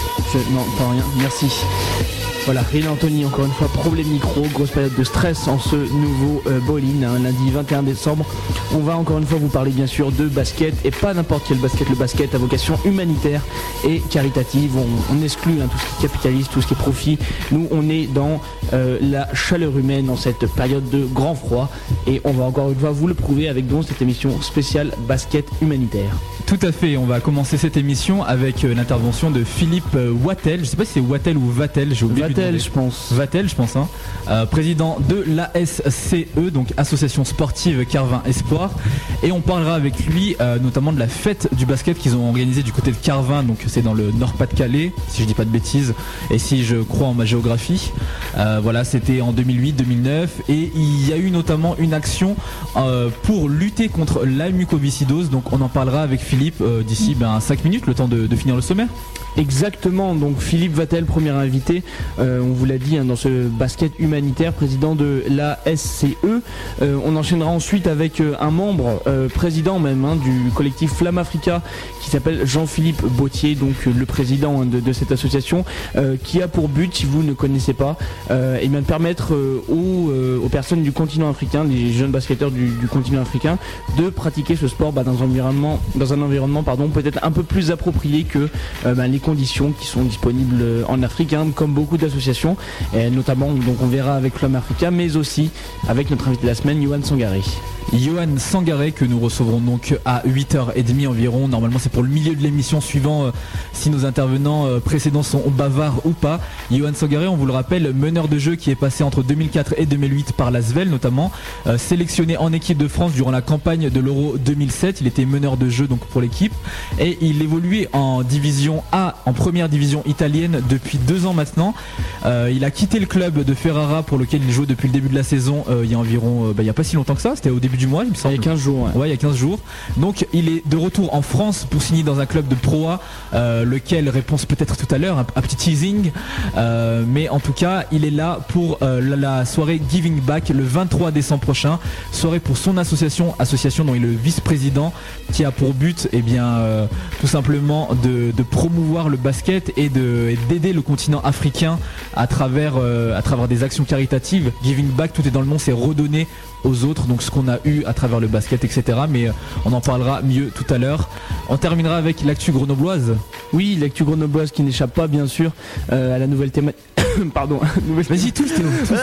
Non, pas rien, merci. Voilà, Rina Anthony, encore une fois, problème micro, grosse période de stress en ce nouveau bowling, lundi 21 décembre. On va encore une fois vous parler bien sûr de basket, et pas n'importe quel basket, le basket à vocation humanitaire et caritative. On exclut tout ce qui est capitaliste, tout ce qui est profit. Nous, on est dans la chaleur humaine en cette période de grand froid, et on va encore une fois vous le prouver avec donc cette émission spéciale basket humanitaire. Tout à fait, on va commencer cette émission avec l'intervention de Philippe Wattel. Je ne sais pas si c'est Wattel ou Vattel, j'ai oublié. Vattel, je pense. Vattel, je pense, président de l'ASCE, donc Association Sportive Carvin Espoir. Et on parlera avec lui notamment de la fête du basket qu'ils ont organisée du côté de Carvin, donc c'est dans le Nord-Pas-de-Calais, si je dis pas de bêtises, et si je crois en ma géographie. Voilà, c'était en 2008-2009, et il y a eu notamment une action pour lutter contre la mucoviscidose. Donc on en parlera avec Philippe d'ici 5 minutes, le temps de finir le sommaire. Exactement, donc Philippe Vattel, premier invité, on vous l'a dit, dans ce basket humanitaire, président de la SCE. On enchaînera ensuite avec un membre, président même, du collectif Flamme Africa, qui s'appelle Jean-Philippe Bautier, donc le président de cette association, qui a pour but, si vous ne connaissez pas, de permettre aux personnes du continent africain, les jeunes basketteurs du continent africain, de pratiquer ce sport dans un environnement peut-être un peu plus approprié que les conditions qui sont disponibles en Afrique, comme beaucoup d'associations, et notamment donc on verra avec Flamme Africa, mais aussi avec notre invité de la semaine, Yohan Sangaré. Yohan Sangaré, que nous recevrons donc à 8h30 environ. Normalement c'est pour le milieu de l'émission, suivant si nos intervenants précédents sont bavards ou pas. Yohan Sangaré, on vous le rappelle, meneur de jeu qui est passé entre 2004 et 2008 par l'Asvel notamment, sélectionné en équipe de France durant la campagne de l'Euro 2007. Il était meneur de jeu donc pour l'équipe, et il évoluait en division A, en première division italienne depuis 2 ans maintenant. Il a quitté le club de Ferrara pour lequel il joue depuis le début de la saison, il y a environ, il n'y a pas si longtemps que ça, c'était au début du mois il me semble. Il y a 15 jours. Ouais, il y a 15 jours. Donc il est de retour en France pour signer dans un club de Pro A, lequel, réponse peut-être tout à l'heure, un petit teasing, mais en tout cas il est là pour la soirée Giving Back le 23 décembre prochain, soirée pour son association dont il est le vice-président, qui a pour but tout simplement de promouvoir le basket et d'aider le continent africain à travers des actions caritatives. Giving Back, tout est dans le nom, c'est redonner aux autres, donc ce qu'on a eu à travers le basket, etc. Mais on en parlera mieux tout à l'heure. On terminera avec l'actu grenobloise. Oui, l'actu grenobloise qui n'échappe pas bien sûr à la nouvelle thématique. Pardon. Vas-y, tous.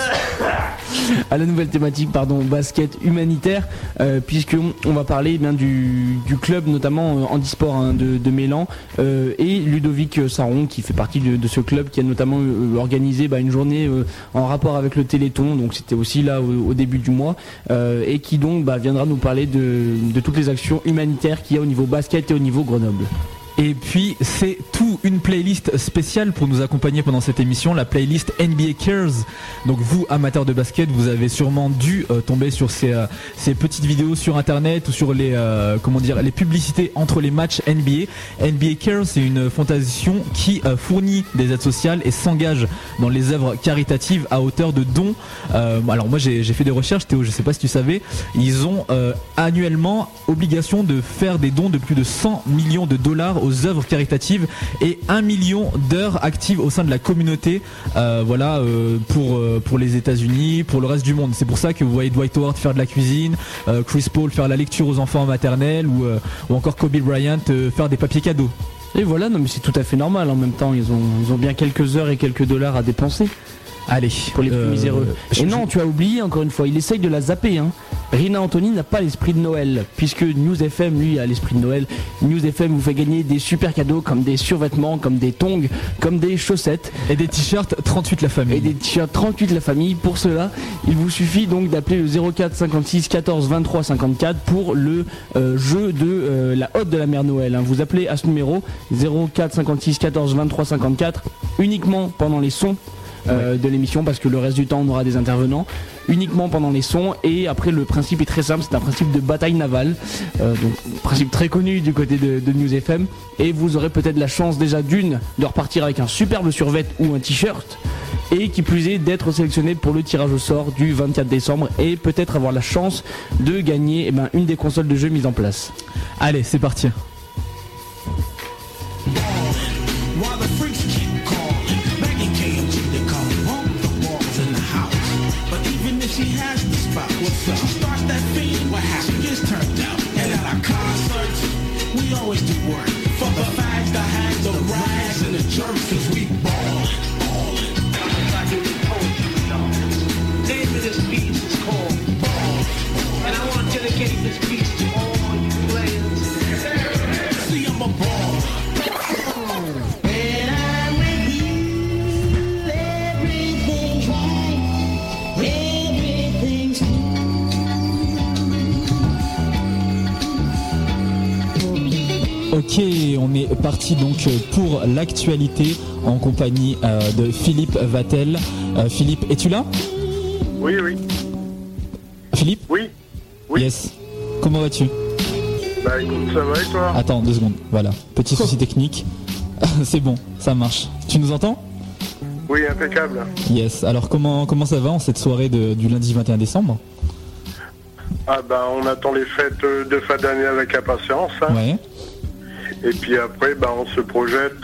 À la nouvelle thématique, basket humanitaire, puisqu'on va parler du club notamment handisport de Mélan, et Ludovic Saron qui fait partie de ce club, qui a notamment organisé une journée en rapport avec le Téléthon, donc c'était aussi là au début du mois, et qui donc viendra nous parler de toutes les actions humanitaires qu'il y a au niveau basket et au niveau Grenoble. Et puis c'est tout une playlist spéciale pour nous accompagner pendant cette émission, la playlist NBA Cares. Donc vous, amateurs de basket, vous avez sûrement dû tomber sur ces petites vidéos sur internet ou sur les publicités entre les matchs NBA. NBA Cares, c'est une fondation qui fournit des aides sociales et s'engage dans les œuvres caritatives à hauteur de dons. Alors moi j'ai fait des recherches, Théo, je sais pas si tu savais, ils ont annuellement obligation de faire des dons de plus de 100 millions de dollars aux œuvres caritatives et 1 million d'heures actives au sein de la communauté, pour les États-Unis, pour le reste du monde. C'est pour ça que vous voyez Dwight Howard faire de la cuisine, Chris Paul faire la lecture aux enfants en maternelle, ou encore Kobe Bryant faire des papiers cadeaux. Et voilà, non mais c'est tout à fait normal. En même temps, ils ont bien quelques heures et quelques dollars à dépenser. Allez, pour les plus miséreux. Et non, tu as oublié encore une fois, il essaye de la zapper. Rina Anthony n'a pas l'esprit de Noël, puisque News FM, lui, a l'esprit de Noël. News FM vous fait gagner des super cadeaux, comme des survêtements, comme des tongs, comme des chaussettes. Et des t-shirts 38 la famille. Et des t-shirts 38 la famille. Pour cela, il vous suffit donc d'appeler le 04 56 14 23 54 pour le jeu de la Hotte de la Mère Noël. Vous appelez à ce numéro 04 56 14 23 54 uniquement pendant les sons de l'émission, parce que le reste du temps on aura des intervenants, uniquement pendant les sons. Et après, le principe est très simple, c'est un principe de bataille navale, donc principe très connu du côté de News FM, et vous aurez peut-être la chance déjà de repartir avec un superbe survêt ou un t-shirt, et qui plus est d'être sélectionné pour le tirage au sort du 24 décembre et peut-être avoir la chance de gagner une des consoles de jeux mises en place. Allez, c'est parti. work. Fuck the fags, the hags, the rags, and the jerks, cause we ball. I do the poetry, y'all. Name of this piece is called Ball. And I want to dedicate this piece to all you players. See, I'm a ball. When I'm with you, everything's right, everything's Ok, on est parti donc pour l'actualité en compagnie de Philippe Vatel. Philippe, es-tu là? Oui, oui. Philippe? Oui. Oui. Yes. Comment vas-tu? Bah écoute, ça va et toi? Attends 2 secondes, voilà. Petit souci technique. C'est bon, ça marche. Tu nous entends? Oui, impeccable. Yes. Alors comment ça va en cette soirée du lundi 21 décembre? Ah bah on attend les fêtes de fin d'année avec impatience. Hein. Ouais. Et puis après, bah on se projette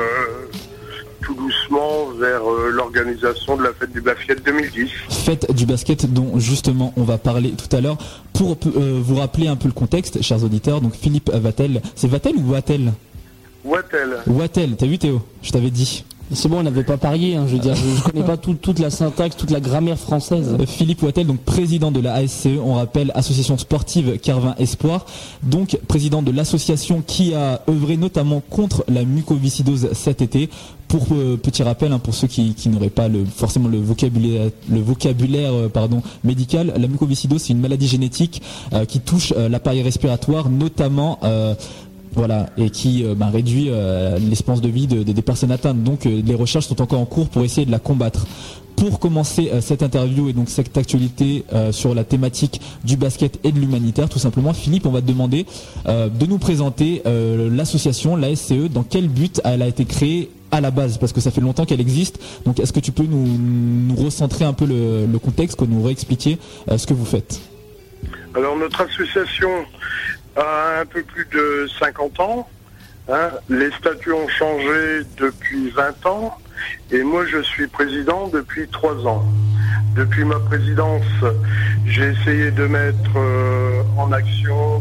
tout doucement vers l'organisation de la fête du basket 2010. Fête du basket dont justement on va parler tout à l'heure. Pour vous rappeler un peu le contexte, chers auditeurs, donc Philippe Vatel, c'est Vatel ou Vatel? Wattel. Vatel, t'as vu Théo? Je t'avais dit. C'est bon, on n'avait pas parié, hein, je veux dire, je connais pas toute la syntaxe, toute la grammaire française. Philippe Wattel, donc président de la ASCE, on rappelle, association sportive Carvin Espoir, donc président de l'association qui a œuvré notamment contre la mucoviscidose cet été. Pour petit rappel, hein, pour ceux qui n'auraient pas forcément le vocabulaire médical, la mucoviscidose c'est une maladie génétique qui touche l'appareil respiratoire, notamment voilà, et qui réduit l'espérance de vie des personnes atteintes. Donc les recherches sont encore en cours pour essayer de la combattre. Pour commencer cette interview et donc cette actualité sur la thématique du basket et de l'humanitaire, tout simplement, Philippe, on va te demander de nous présenter l'association, la SCE, dans quel but elle a été créée à la base, parce que ça fait longtemps qu'elle existe. Donc est-ce que tu peux nous recentrer un peu le contexte, nous réexpliquer ce que vous faites? Alors notre association a un peu plus de 50 ans. Hein. Les statuts ont changé depuis 20 ans. Et moi, je suis président depuis 3 ans. Depuis ma présidence, j'ai essayé de mettre en action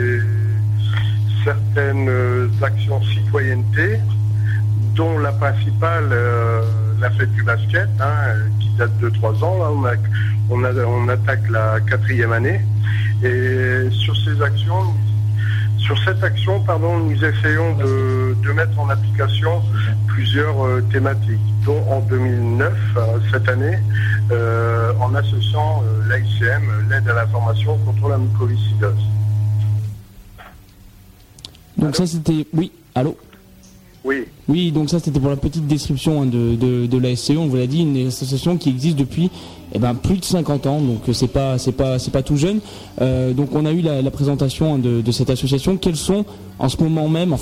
certaines actions citoyenneté, dont la principale, la fête du basket, hein, qui date de 3 ans. Là, on attaque la 4e année. Et sur cette action, nous essayons de mettre en application plusieurs thématiques, dont en 2009, cette année, en associant l'AICM, l'aide à la formation contre la mucoviscidose. Donc ça c'était... Oui, allô? Oui. Oui, donc ça c'était pour la petite description, hein, de la SCE, on vous l'a dit, une association qui existe depuis plus de 50 ans, donc c'est pas tout jeune. Donc on a eu la présentation, hein, de cette association. Quelles sont en ce moment même,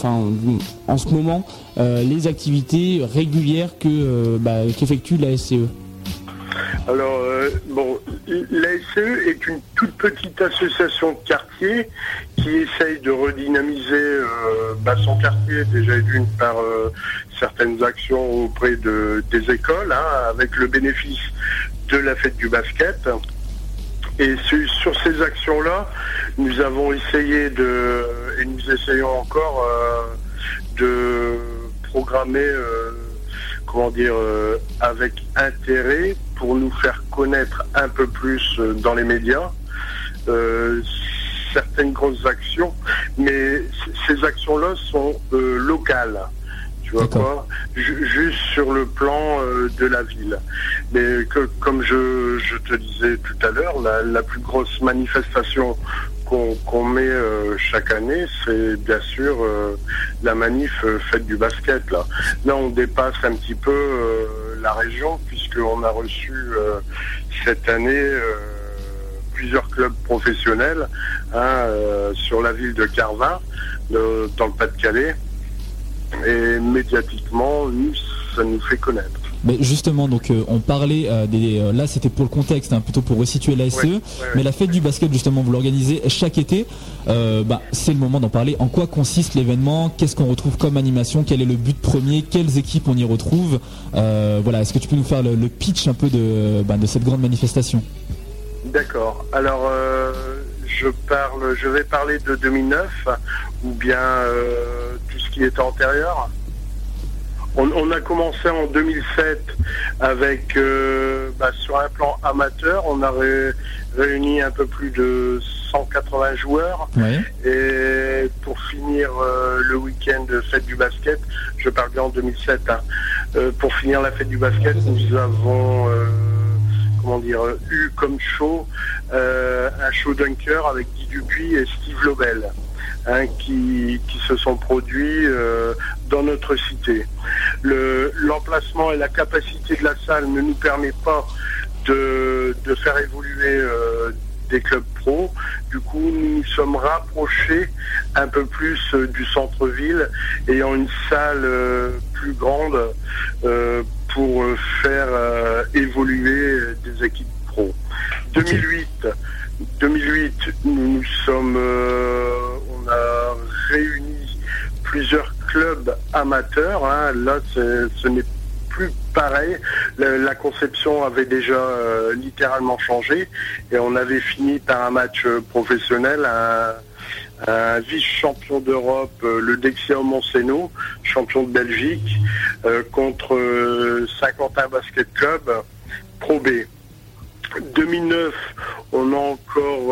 les activités régulières qu'effectue la SCE? Alors, la SCE est une toute petite association de quartier qui essaye de redynamiser son quartier, déjà d'une par certaines actions auprès des écoles, hein, avec le bénéfice de la fête du basket. Et sur ces actions-là, nous avons essayé et nous essayons encore de programmer avec intérêt pour nous faire connaître un peu plus dans les médias certaines grosses actions, mais ces actions-là sont locales, tu vois quoi, juste sur le plan de la ville. Mais comme je te disais tout à l'heure, la plus grosse manifestation qu'on met chaque année, c'est bien sûr la manif fête du basket. Là, on dépasse un petit peu la région, puisqu'on a reçu cette année plusieurs clubs professionnels, hein, sur la ville de Carvin, dans le Pas-de-Calais. Et médiatiquement, nous, ça nous fait connaître. Mais justement, donc on parlait là c'était pour le contexte, hein, plutôt pour resituer la SCE, mais la fête du basket justement vous l'organisez chaque été, c'est le moment d'en parler. En quoi consiste l'événement? Qu'est-ce qu'on retrouve comme animation? Quel est le but premier? Quelles équipes on y retrouve? Voilà, est-ce que tu peux nous faire le pitch un peu de cette grande manifestation? D'accord, alors je vais parler de 2009 ou bien tout ce qui est antérieur. On a commencé en 2007 avec, sur un plan amateur, on a réuni un peu plus de 180 joueurs. Ouais. Et pour finir le week-end de fête du basket, je parle bien en 2007, pour finir la fête du basket, nous avons eu comme show un show dunker avec Guy Dupuis et Steve Lobel, qui se sont produits dans notre cité. L'emplacement et la capacité de la salle ne nous permet pas de faire évoluer des clubs pro. Du coup, nous nous sommes rapprochés un peu plus du centre-ville, ayant une salle plus grande pour faire évoluer des équipes pro. 2008, nous sommes, on a réuni plusieurs clubs amateurs. Là, ce n'est plus pareil. La conception avait déjà littéralement changé et on avait fini par un match professionnel, un vice-champion d'Europe, le Dexia Monceno, champion de Belgique, contre Saint-Quentin Basket Club, Pro B. 2009, on a encore,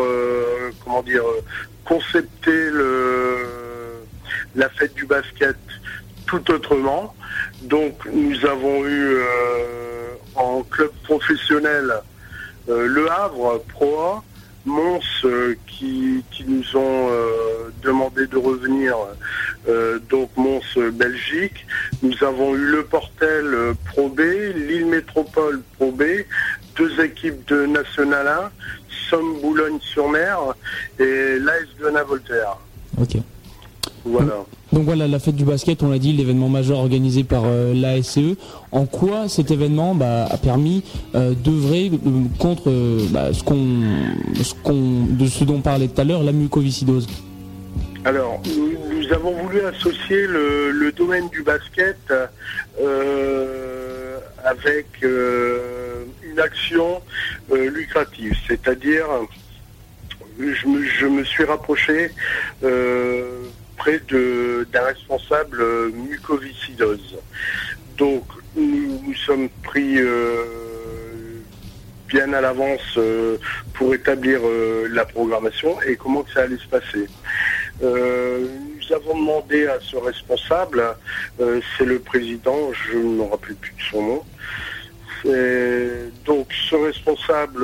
concepté la fête du basket tout autrement. Donc, nous avons eu en club professionnel Le Havre, Pro A, Mons, qui nous ont demandé de revenir, donc Mons, Belgique. Nous avons eu Le Portel, Pro B, Lille Métropole, Pro B, 2 équipes de National 1, Somme Boulogne-sur-Mer et l'AS Grenat-Voltaire. Ok. Voilà. Donc voilà, la fête du basket, on l'a dit, l'événement majeur organisé par l'ASCE. En quoi cet événement a permis d'œuvrer contre ce dont parlait tout à l'heure, la mucoviscidose? Alors, nous avons voulu associer le domaine du basket avec une action lucrative, c'est-à-dire je me suis rapproché près d'un responsable mucoviscidose. Donc nous sommes pris bien à l'avance pour établir la programmation et comment que ça allait se passer. Nous avons demandé à ce responsable, c'est le président, je ne me rappelle plus de son nom. Donc ce responsable,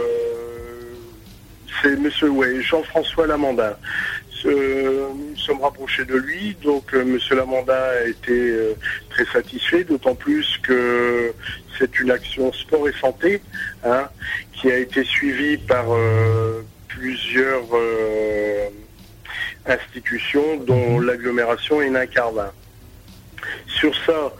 c'est monsieur Jean-François Lamandin. Nous sommes rapprochés de lui, donc monsieur Lamandin a été très satisfait, d'autant plus que c'est une action sport et santé qui a été suivie par plusieurs institutions, dont l'agglomération Hénin-Carvin. Sur ça,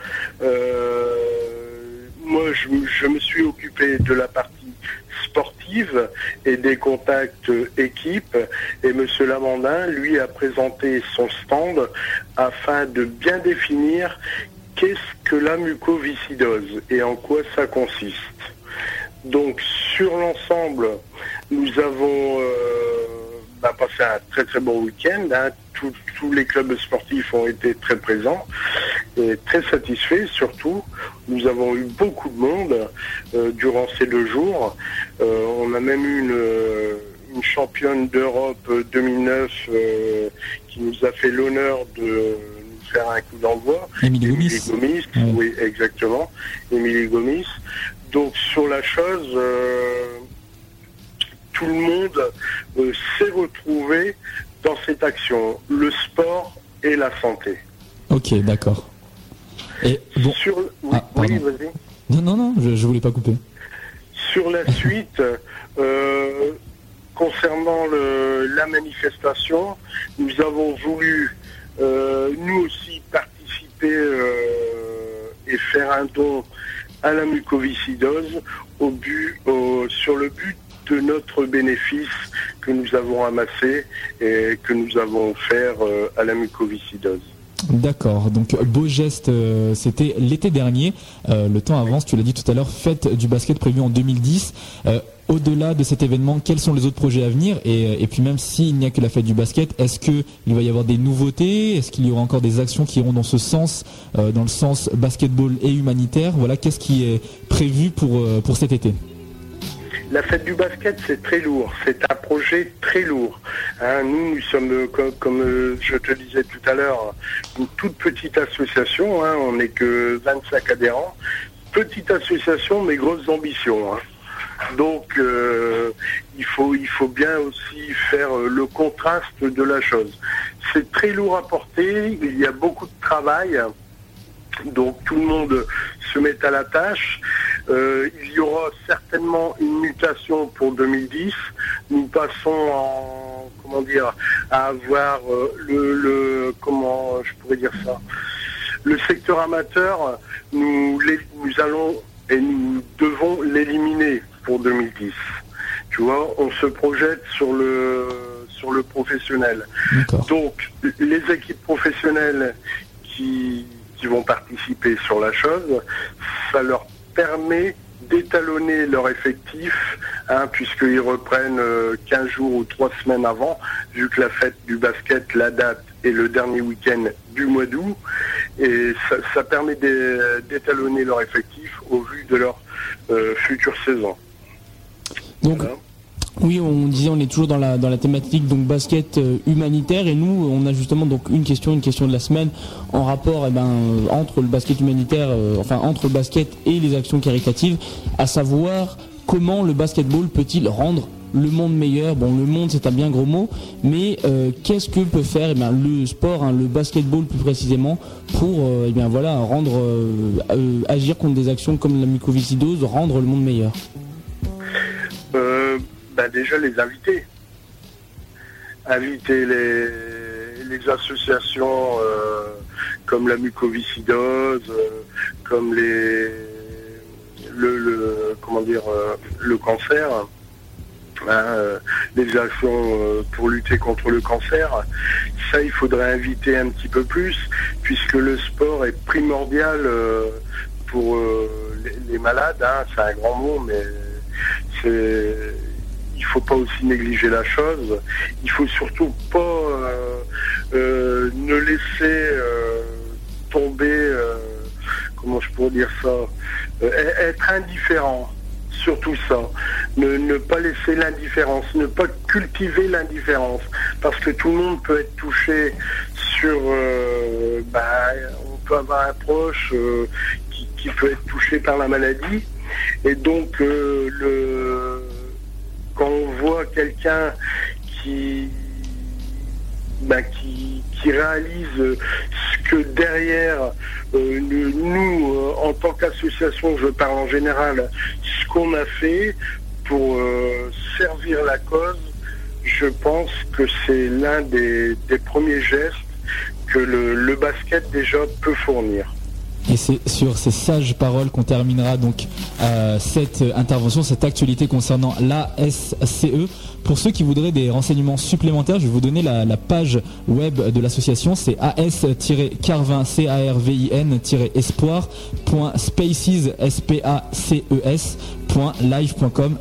moi je me suis occupé de la partie sportive et des contacts équipes, et monsieur Lamandin, lui, a présenté son stand afin de bien définir qu'est-ce que la mucoviscidose et en quoi ça consiste. Donc sur l'ensemble, nous avons passé un très très bon week-end. Tous les clubs sportifs ont été très présents et très satisfaits. Surtout, nous avons eu beaucoup de monde durant ces 2 jours. On a même eu une championne d'Europe 2009 qui nous a fait l'honneur de nous faire un coup d'envoi. Émilie Gomis. Oui, exactement. Émilie Gomis. Donc sur la chose, tout le monde s'est retrouvé dans cette action, le sport et la santé. Ok, d'accord. Et bon. Oui, vas-y. Non, je voulais pas couper. Sur la suite, concernant la manifestation, nous avons voulu nous aussi participer et faire un don à la mucoviscidose sur le but de notre bénéfice que nous avons amassé et que nous avons offert à la mucoviscidose. D'accord, donc beau geste, c'était l'été dernier, le temps avance, tu l'as dit tout à l'heure, fête du basket prévue en 2010. Au-delà de cet événement, quels sont les autres projets à venir et puis même s'il n'y a que la fête du basket, est-ce qu'il va y avoir des nouveautés? Est-ce qu'il y aura encore des actions qui iront dans ce sens, dans le sens basketball et humanitaire? Voilà, qu'est-ce qui est prévu pour cet été? La fête du basket, c'est très lourd. C'est un projet très lourd. Hein, nous sommes, comme je te disais tout à l'heure, une toute petite association. Hein, on n'est que 25 adhérents. Petite association, mais grosses ambitions. Hein. Donc, il faut bien aussi faire le contraste de la chose. C'est très lourd à porter. Il y a beaucoup de travail. Donc tout le monde se met à la tâche. Il y aura certainement une mutation pour 2010. Nous passons à avoir comment je pourrais dire ça. Le secteur amateur, nous allons et nous devons l'éliminer pour 2010. Tu vois, on se projette sur le professionnel. D'accord. Donc les équipes professionnelles qui vont participer sur la chose, ça leur permet d'étalonner leur effectif, hein, puisqu'ils reprennent 15 jours ou 3 semaines avant, vu que la fête du basket, la date est le dernier week-end du mois d'août, et ça permet d'étalonner leur effectif au vu de leur future saison. Donc, Voilà. oui, on disait, on est toujours dans la thématique donc basket humanitaire, et nous on a justement donc une question de la semaine en rapport entre le basket humanitaire, entre le basket et les actions caritatives, à savoir comment le basketball peut-il rendre le monde meilleur. Bon, le monde c'est un bien gros mot, mais qu'est-ce que peut faire le sport, le basketball plus précisément, pour agir contre des actions comme la mucoviscidose, rendre le monde meilleur? Déjà les inviter les associations comme la mucoviscidose, comme le cancer, les actions pour lutter contre le cancer. Ça, il faudrait inviter un petit peu plus, puisque le sport est primordial pour les malades. Hein. C'est un grand mot, mais il faut pas aussi négliger la chose. Il faut surtout pas ne laisser tomber, comment je pourrais dire ça, être indifférent. Surtout ça, ne pas laisser l'indifférence, ne pas cultiver l'indifférence, parce que tout le monde peut être touché sur, on peut avoir un proche qui peut être touché par la maladie, et donc quand on voit quelqu'un qui réalise ce que derrière nous, en tant qu'association, je parle en général, ce qu'on a fait pour servir la cause, je pense que c'est l'un des premiers gestes que le basket déjà peut fournir. Et c'est sur ces sages paroles qu'on terminera donc cette intervention, cette actualité concernant l'ASCE. Pour ceux qui voudraient des renseignements supplémentaires, je vais vous donner la page web de l'association. C'est as-carvin.spaces.live.com,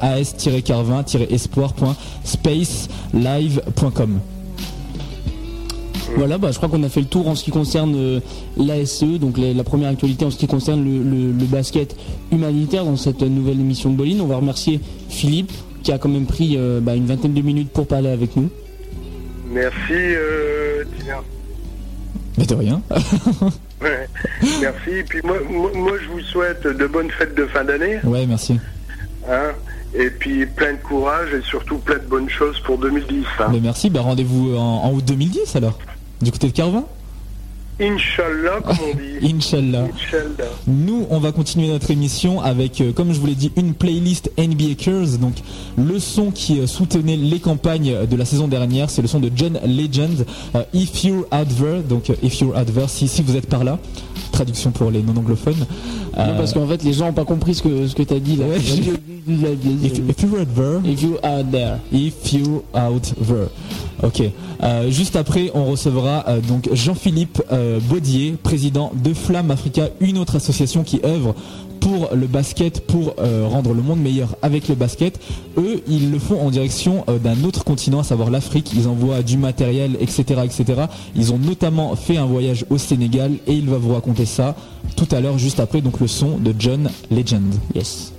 as-carvin-espoir.spacelive.com. Voilà, je crois qu'on a fait le tour en ce qui concerne l'ASCE, donc la première actualité en ce qui concerne le basket humanitaire dans cette nouvelle émission de Boline. On va remercier Philippe qui a quand même pris une vingtaine de minutes pour parler avec nous. Merci Tina. Mais de rien. Ouais, merci. Et puis moi je vous souhaite de bonnes fêtes de fin d'année. Ouais, merci. Hein, et puis plein de courage et surtout plein de bonnes choses pour 2010. Hein. Mais merci, rendez-vous en août 2010 alors, du côté de Carvin. Inch'Allah, comme on dit. Inch'Allah. Inch'Allah. Nous, on va continuer notre émission avec, comme je vous l'ai dit, une playlist NBA Cures. Donc, le son qui soutenait les campagnes de la saison dernière, c'est le son de John Legend, If You're Out There. Donc, If You're Out There, si vous êtes par là. Traduction pour les non-anglophones. Non, parce qu'en fait, les gens n'ont pas compris ce que tu as dit là. Ouais, if you're out there. If you're out there. If you're out there. Ok. Juste après, on recevra donc Jean-Philippe Baudier, président de Flamme Africa, une autre association qui œuvre pour le basket, pour rendre le monde meilleur avec le basket. Eux, ils le font en direction d'un autre continent, à savoir l'Afrique. Ils envoient du matériel, etc., etc. Ils ont notamment fait un voyage au Sénégal et il va vous raconter ça tout à l'heure, juste après donc le son de John Legend. Yes.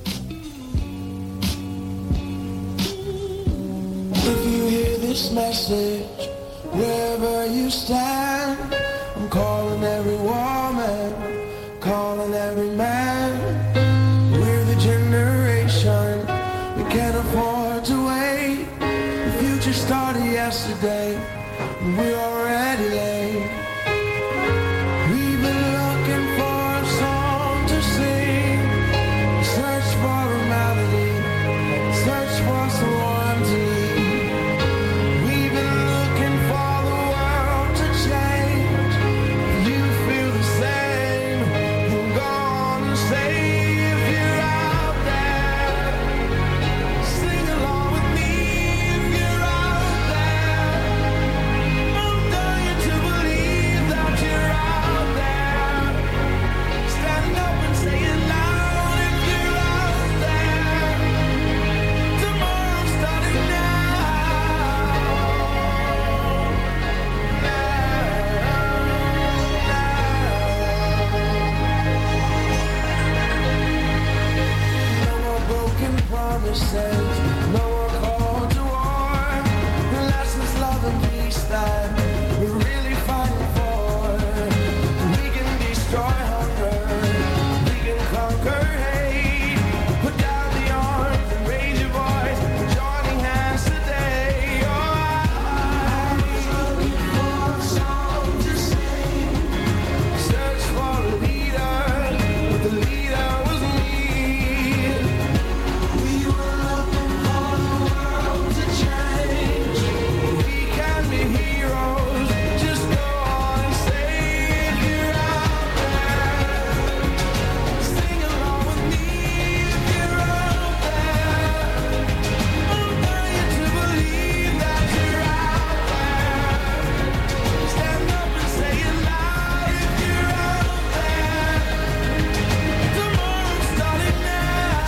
If you hear this message, wherever you stand, I'm calling every woman, calling every man. We're the generation, we can't afford to wait. The future started yesterday, and we're already late. We've been looking for a song to sing, search for a melody, search for someone to lead. We've been looking for the world to change. If you feel the same, then go on and say, if you're out there, sing along with me. If you're out there, I'm dying to believe that you're out there. Stand up and say it loud. If you're out there, tomorrow's starting No more broken promises, no more call to war. Unless it's love and peace that we're really fighting for. We can destroy hunger, we can conquer hate. Put down the arms and raise your voice. We're joining hands today. I'm looking for a song to sing. Search for a leader, but the leader was me. We were looking for the world to change. We can be heroes. Just go on and say, if you're out there, sing along with me. If you're out there, I'm dying to believe that you're out there. Stand up and say it loud. If you're out there, tomorrow's starting now.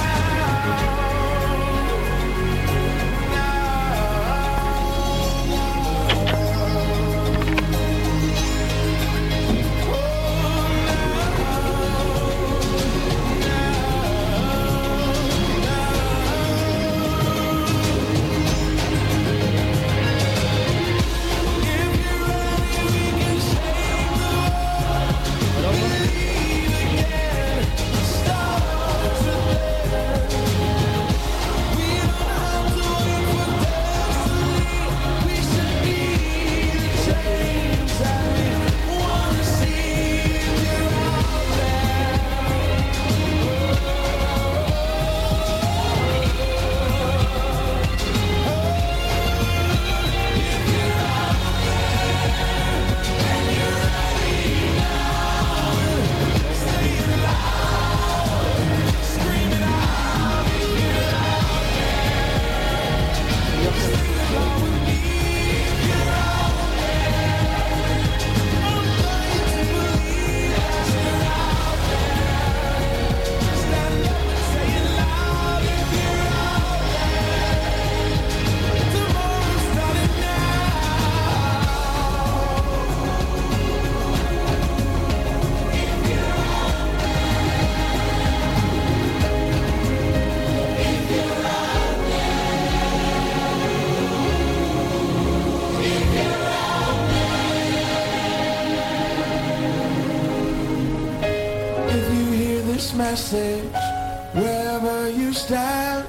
If you hear this message, wherever you stand,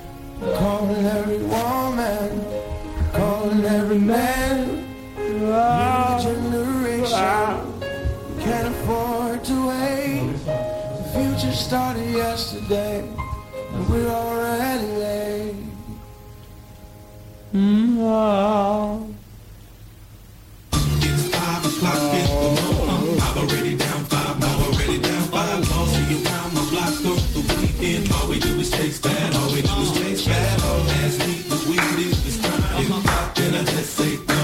calling every woman, calling every man. We're the generation, we can't afford to wait. The future started yesterday, and we're already late. All we do is chase bad. Last week was weed, it was crime. Then I just say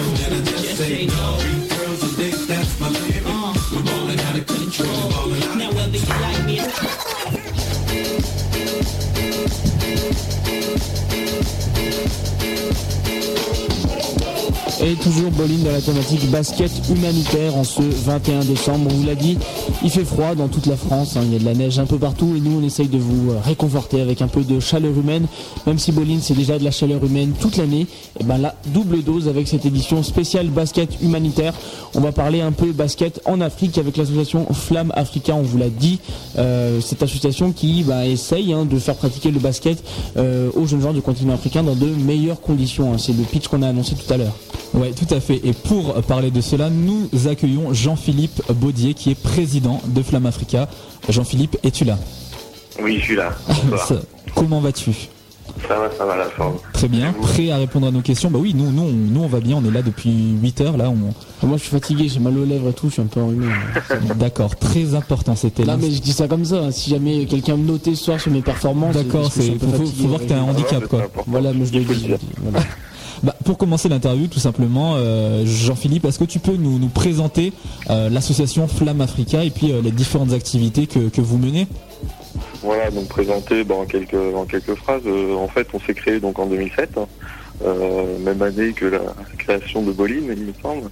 Et toujours Bolin dans la thématique basket humanitaire en ce 21 décembre. On vous l'a dit, il fait froid dans toute la France, hein, il y a de la neige un peu partout et nous on essaye de vous réconforter avec un peu de chaleur humaine. Même si Bolin c'est déjà de la chaleur humaine toute l'année, et ben là double dose avec cette édition spéciale basket humanitaire. On va parler un peu basket en Afrique avec l'association Flamme Africa, on vous l'a dit, cette association qui essaye de faire pratiquer le basket aux jeunes joueurs du continent africain dans de meilleures conditions, hein. C'est le pitch qu'on a annoncé tout à l'heure. Ouais, tout à fait. Et pour parler de cela, nous accueillons Jean-Philippe Baudier qui est président de Flamme Africa. Jean-Philippe, es-tu là? Oui, je suis là. Bonsoir. Comment vas-tu? Ça va, la forme. Très bien, prêt à répondre à nos questions? Bah oui, nous on va bien, on est là depuis 8 heures là. Moi je suis fatigué, j'ai mal aux lèvres et tout, je suis un peu enrhumé. D'accord, très important c'était. Non mais je dis ça comme ça, hein. Si jamais quelqu'un me notait ce soir sur mes performances. D'accord, faut voir que t'as un handicap quoi. Voilà, mais je le dis. Voilà. Pour commencer l'interview, tout simplement, Jean-Philippe, est-ce que tu peux nous présenter l'association Flamme Africa et puis les différentes activités que vous menez? Voilà, donc présenter en quelques phrases. En fait, on s'est créé donc en 2007, même année que la création de Bolin, il me semble.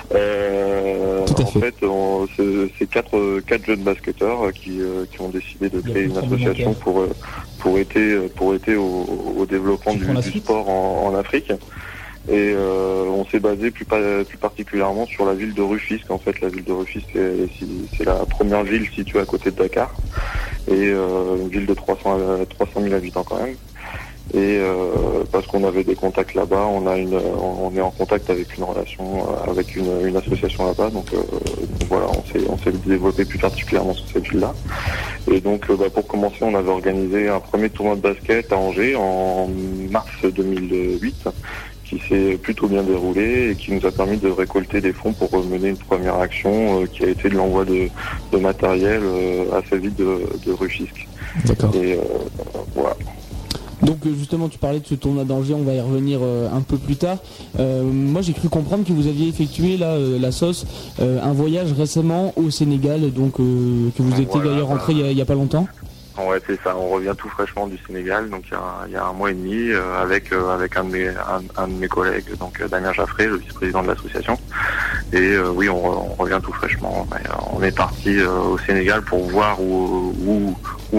Tout à fait. En fait, c'est quatre jeunes basketteurs qui ont décidé de créer une association pour aider au développement du sport en Afrique. Et on s'est basé plus particulièrement sur la ville de Rufisque. En fait, la ville de Rufisque, c'est la première ville située à côté de Dakar. Et une ville de 300 000 habitants quand même. Et parce qu'on avait des contacts là-bas, on est en contact avec une relation, avec une association là-bas. Donc voilà, on s'est développé plus particulièrement sur cette ville-là. Et donc pour commencer, on avait organisé un premier tournoi de basket à Angers en mars 2008. Qui s'est plutôt bien déroulé et qui nous a permis de récolter des fonds pour mener une première action qui a été de l'envoi de matériel à cette ville de Rufisque. D'accord. Et voilà. Donc justement tu parlais de ce tournoi d'Angers, on va y revenir un peu plus tard. Moi j'ai cru comprendre que vous aviez effectué la sauce un voyage récemment au Sénégal, donc que vous étiez d'ailleurs rentré il y a pas longtemps. Ouais, c'est ça. On revient tout fraîchement du Sénégal, donc il y a un mois et demi, avec un de mes collègues, donc Damien Jaffré, le vice-président de l'association. Et oui, on revient tout fraîchement. On est parti au Sénégal pour voir où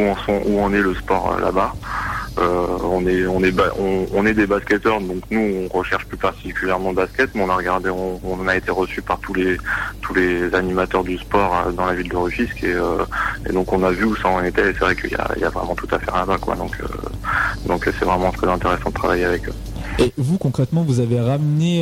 en est le sport là-bas. On est des basketteurs, donc nous on recherche plus particulièrement le basket, mais on a été reçu par tous les animateurs du sport dans la ville de Rufisque et donc on a vu où ça en était et c'est vrai qu'il y a vraiment tout à faire là-bas quoi. Donc c'est vraiment très intéressant de travailler avec eux. Et vous concrètement, vous avez ramené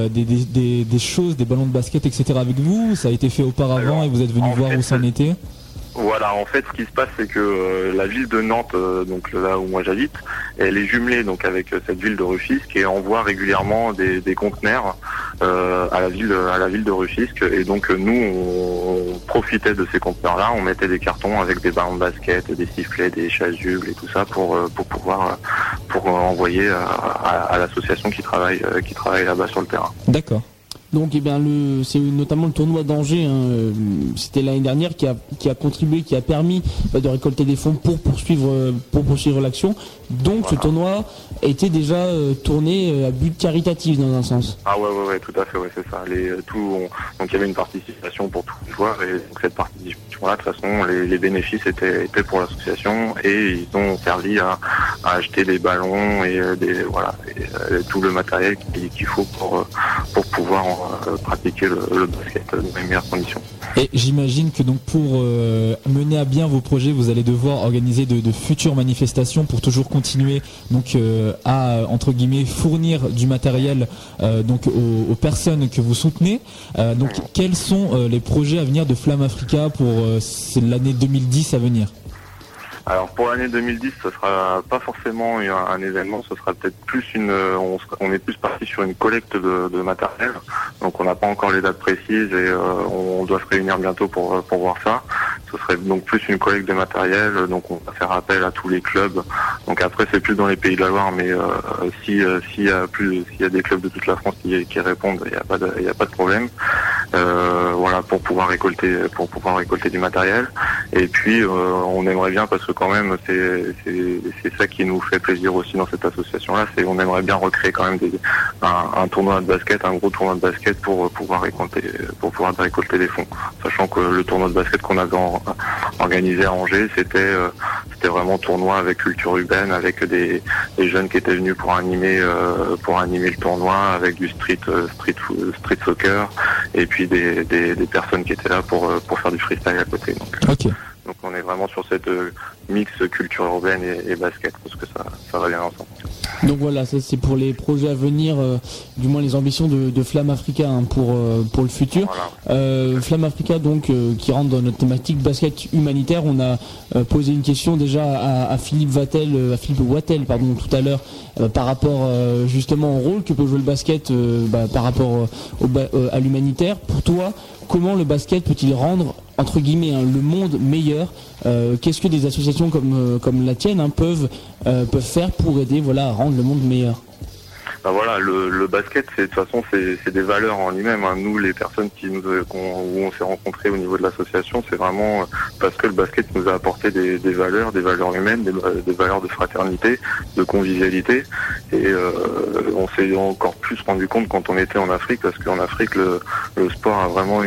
des choses, des ballons de basket, etc. avec vous? Ça a été fait auparavant et vous êtes venu voir où ça en était? Voilà, en fait, ce qui se passe, c'est que la ville de Nantes, donc là où moi j'habite, elle est jumelée donc avec cette ville de Rufisque et envoie régulièrement des conteneurs à la ville de Rufisque. Et donc nous, on profitait de ces conteneurs-là, on mettait des cartons avec des ballons de basket, des sifflets, des chasubles et tout ça pour pouvoir envoyer à l'association qui travaille là-bas sur le terrain. D'accord. Donc c'est notamment le tournoi d'Angers, hein, c'était l'année dernière qui a contribué, qui a permis de récolter des fonds pour poursuivre l'action. Donc voilà. Ce tournoi a été déjà tourné à but caritatif dans un sens. Ah ouais, tout à fait, ouais, c'est ça. Donc il y avait une participation pour tous les joueurs et donc cette participation-là, de toute façon, les bénéfices étaient pour l'association et ils ont servi à acheter des ballons et tout le matériel qu'il faut pour pouvoir pratiquer le basket dans les meilleures conditions. Et j'imagine que donc pour mener à bien vos projets, vous allez devoir organiser de futures manifestations pour toujours continuer donc à entre guillemets fournir du matériel donc aux personnes que vous soutenez. Donc quels sont les projets à venir de Flamme Africa pour l'année 2010 à venir? Alors pour l'année 2010, ce sera pas forcément un événement, ce sera peut-être plus on est plus parti sur une collecte de matériel. Donc on n'a pas encore les dates précises et on doit se réunir bientôt pour voir ça. Ce serait donc plus une collecte de matériel, donc on va faire appel à tous les clubs. Donc après c'est plus dans les Pays de la Loire, mais s'il y a des clubs de toute la France qui répondent, il y a pas de problème. Voilà pour pouvoir récolter du matériel. Et puis on aimerait bien, parce que quand même c'est ça qui nous fait plaisir aussi dans cette association-là, c'est on aimerait bien recréer quand même un tournoi de basket, un gros tournoi de basket pour pouvoir récolter des fonds, sachant que le tournoi de basket qu'on avait organisé à Angers, c'était vraiment tournoi avec culture urbaine, avec des jeunes qui étaient venus pour animer le tournoi, avec du street soccer, et puis des personnes qui étaient là pour faire du freestyle à côté. Donc on est vraiment sur cette mix culture urbaine et basket, parce que ça va bien ensemble. Donc voilà, ça c'est pour les projets à venir, du moins les ambitions de Flamme Africa pour le futur. Voilà. Flamme Africa donc qui rentre dans notre thématique basket humanitaire. On a posé une question déjà à Philippe Wattel tout à l'heure par rapport justement au rôle que peut jouer le basket par rapport à l'humanitaire. Pour toi, comment le basket peut-il rendre entre guillemets le monde meilleur? Qu'est-ce que des associations comme la tienne peuvent faire pour aider à rendre le monde meilleur? Voilà, le basket, de toute façon, c'est des valeurs en lui-même. Nous, les personnes où on s'est rencontrés au niveau de l'association, c'est vraiment parce que le basket nous a apporté des valeurs humaines, des valeurs de fraternité, de convivialité. Et on s'est encore plus rendu compte quand on était en Afrique, parce qu'en Afrique, le sport a vraiment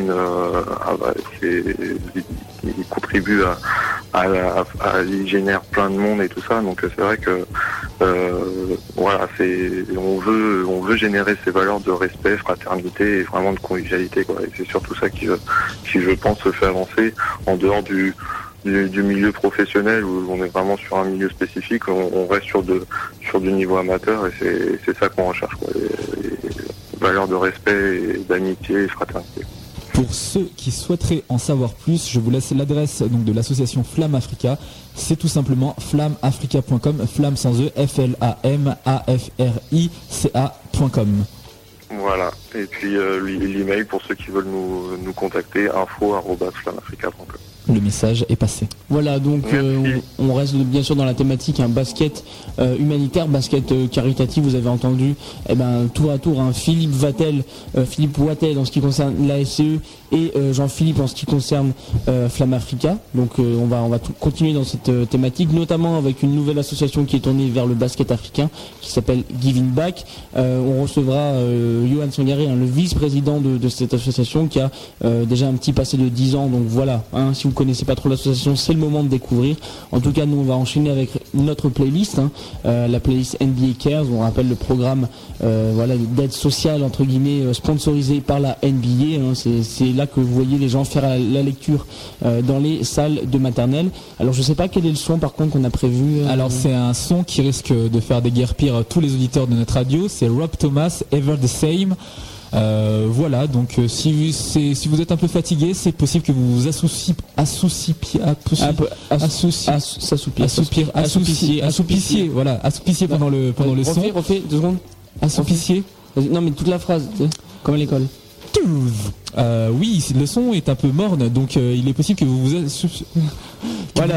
il contribue il génère plein de monde et tout ça. Donc c'est vrai que on veut générer ces valeurs de respect, fraternité et vraiment de convivialité, quoi. Et c'est surtout ça qui je pense se fait avancer en dehors du milieu professionnel, où on est vraiment sur un milieu spécifique. On reste sur du niveau amateur, et c'est ça qu'on recherche, quoi. Les valeurs de respect et d'amitié et fraternité. Pour ceux qui souhaiteraient en savoir plus, je vous laisse l'adresse donc de l'association Flamme Africa. C'est tout simplement flammeafrica.com, flamme sans E, FLAMAFRICA.com. Voilà. Et puis l'email pour ceux qui veulent nous contacter, info@flammeafrica.com. Le message est passé. Voilà, donc on reste bien sûr dans la thématique basket humanitaire, basket caritatif. Vous avez entendu tour à tour Philippe Wattel en ce qui concerne la SCE et Jean-Philippe en ce qui concerne Flamme Africa. Donc on va continuer dans cette thématique, notamment avec une nouvelle association qui est tournée vers le basket africain qui s'appelle Giving Back. On recevra Johan Sangaré, le vice-président de cette association qui a déjà un petit passé de 10 ans. Donc voilà, si vous connaissez pas trop l'association, c'est le moment de découvrir. En tout cas, nous on va enchaîner avec notre playlist, la playlist NBA Cares. On rappelle le programme d'aide sociale entre guillemets sponsorisé par la NBA. C'est là que vous voyez les gens faire la lecture dans les salles de maternelle. Alors je sais pas quel est le son par contre qu'on a prévu. Alors c'est un son qui risque de faire déguerpir tous les auditeurs de notre radio. C'est Rob Thomas, Ever the Same. Voilà, donc si vous êtes un peu fatigué, c'est possible que vous vous assoupissiez pendant le son. Refais 2 secondes. Assoupissiez. Non mais toute la phrase, comme à l'école. Oui, le son est un peu morne, donc il est possible que vous vous voilà.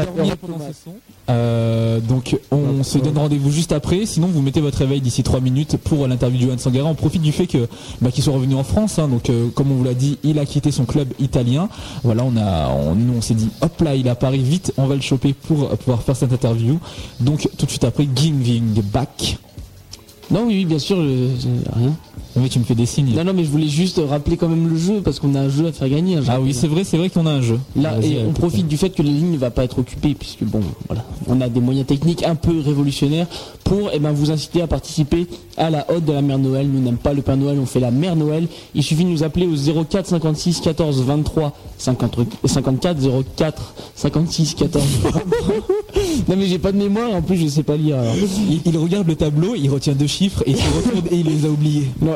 Donc on se donne rendez-vous juste après. Sinon vous mettez votre réveil d'ici 3 minutes pour l'interview de Johan Sangaré. On profite du fait qu'il soit revenu en France, donc comme on vous l'a dit, il a quitté son club italien. Voilà, on s'est dit hop là, il est à Paris, vite on va le choper pour pouvoir faire cette interview. Donc tout de suite après, Giving Back. Non, oui, bien sûr, rien. Oui, tu me fais des signes. Non, mais je voulais juste rappeler quand même le jeu, parce qu'on a un jeu à faire gagner. Ah oui, c'est vrai qu'on a un jeu. Là, et on profite du fait que la ligne ne va pas être occupée, puisque on a des moyens techniques un peu révolutionnaires pour vous inciter à participer à la Ode de la Mère Noël. Nous n'aimons pas le Père Noël, on fait la Mère Noël. Il suffit de nous appeler au 04 56 14 23 54 04 56 14 23. Non mais j'ai pas de mémoire, en plus je sais pas lire. Alors. Il regarde le tableau, il retient 2 chiffres et il se retourne et il les a oubliés. Non,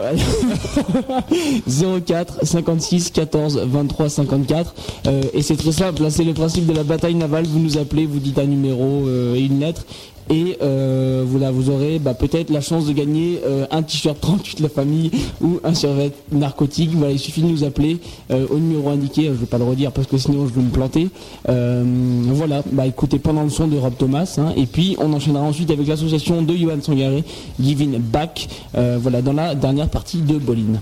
04 56 14 23 54 et c'est très simple, là c'est le principe de la bataille navale. Vous nous appelez, vous dites un numéro et une lettre. Et vous aurez peut-être la chance de gagner un t-shirt 38 la famille ou un survêt narcotique. Voilà, il suffit de nous appeler au numéro indiqué. Je vais pas le redire parce que sinon je vais me planter. Voilà, écoutez pendant le son de Rob Thomas, et puis on enchaînera ensuite avec l'association de Johan Sangaré, Giving Back. Voilà, dans la dernière partie de Bolin.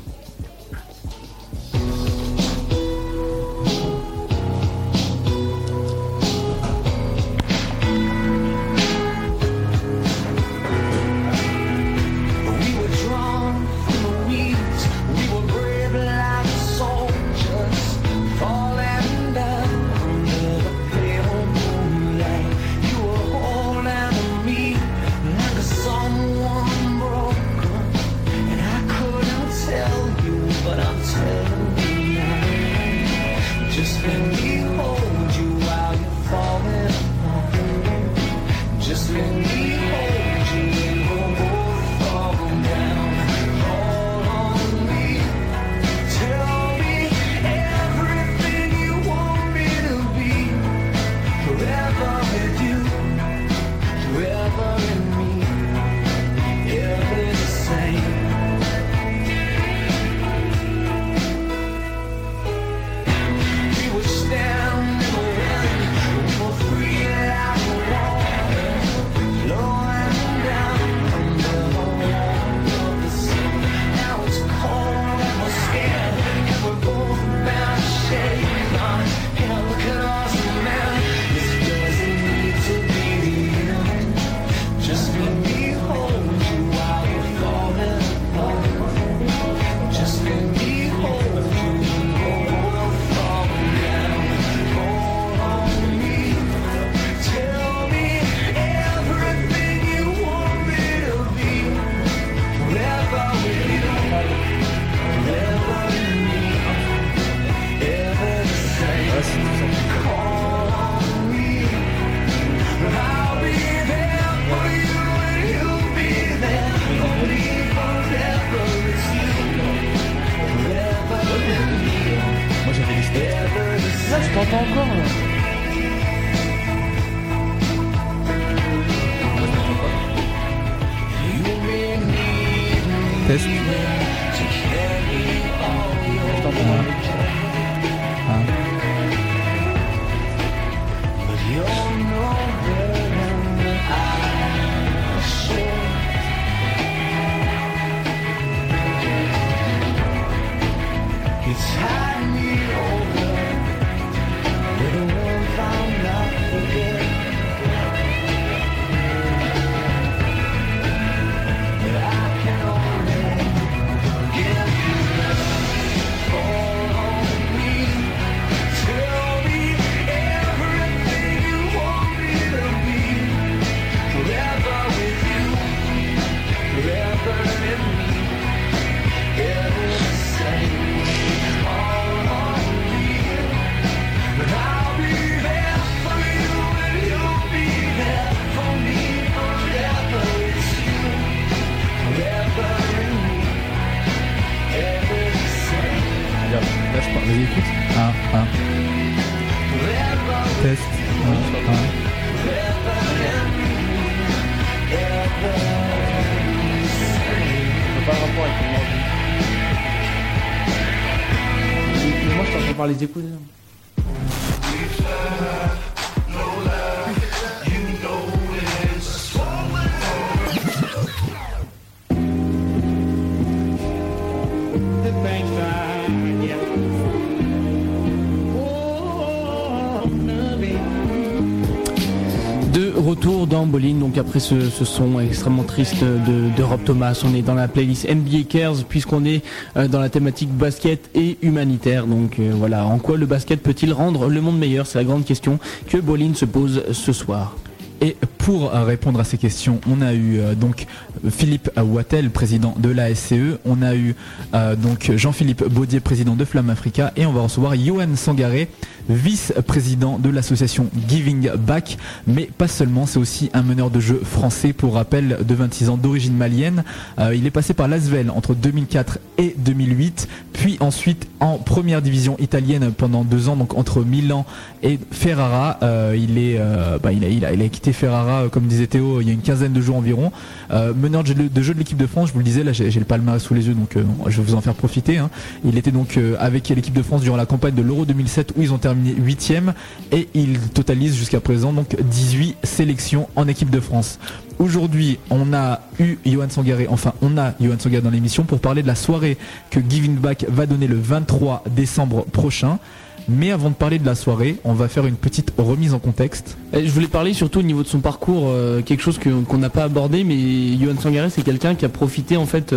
pas encore là. Test. Je t'entends pas. It's hiding me over with a warmth I'll not forget. But I can only give you love. Hold on to me. Tell me everything you want me to be. Forever with you. Forever in me. Ever the same. Là je parle, vas-y écoute. 1. Test. 1. C'est pas le rapport avec mon ordi. Mais moi je t'entends par les écouteurs. De retour dans Bowling, donc après ce son extrêmement triste de Rob Thomas, on est dans la playlist NBA Cares puisqu'on est dans la thématique basket et humanitaire. Donc voilà, en quoi le basket peut-il rendre le monde meilleur? C'est la grande question que Bowling se pose ce soir. Et pour répondre à ces questions, on a eu donc Philippe Wattel, président de la SCE, on a eu donc Jean-Philippe Baudier, président de Flamme Africa, et on va recevoir Yohan Sangaré, vice-président de l'association Giving Back, mais pas seulement, c'est aussi un meneur de jeu français, pour rappel, de 26 ans, d'origine malienne. Il est passé par l'Asvel entre 2004 et 2008, puis ensuite en première division italienne pendant 2 ans, donc entre Milan et Ferrara. Il a quitté Ferrara, comme disait Théo, il y a une quinzaine de jours environ. Meneur de jeu de l'équipe de France, je vous le disais, là j'ai le palmarès sous les yeux, donc je vais vous en faire profiter. Il était donc avec l'équipe de France durant la campagne de l'Euro 2007 où ils ont terminé 8e, et il totalise jusqu'à présent donc 18 sélections en équipe de France. Aujourd'hui, on a Yohan Sangaré dans l'émission pour parler de la soirée que Giving Back va donner le 23 décembre prochain. Mais avant de parler de la soirée, on va faire une petite remise en contexte. Je voulais parler surtout au niveau de son parcours, quelque chose qu'on n'a pas abordé, mais Yohan Sangaré, c'est quelqu'un qui a profité en fait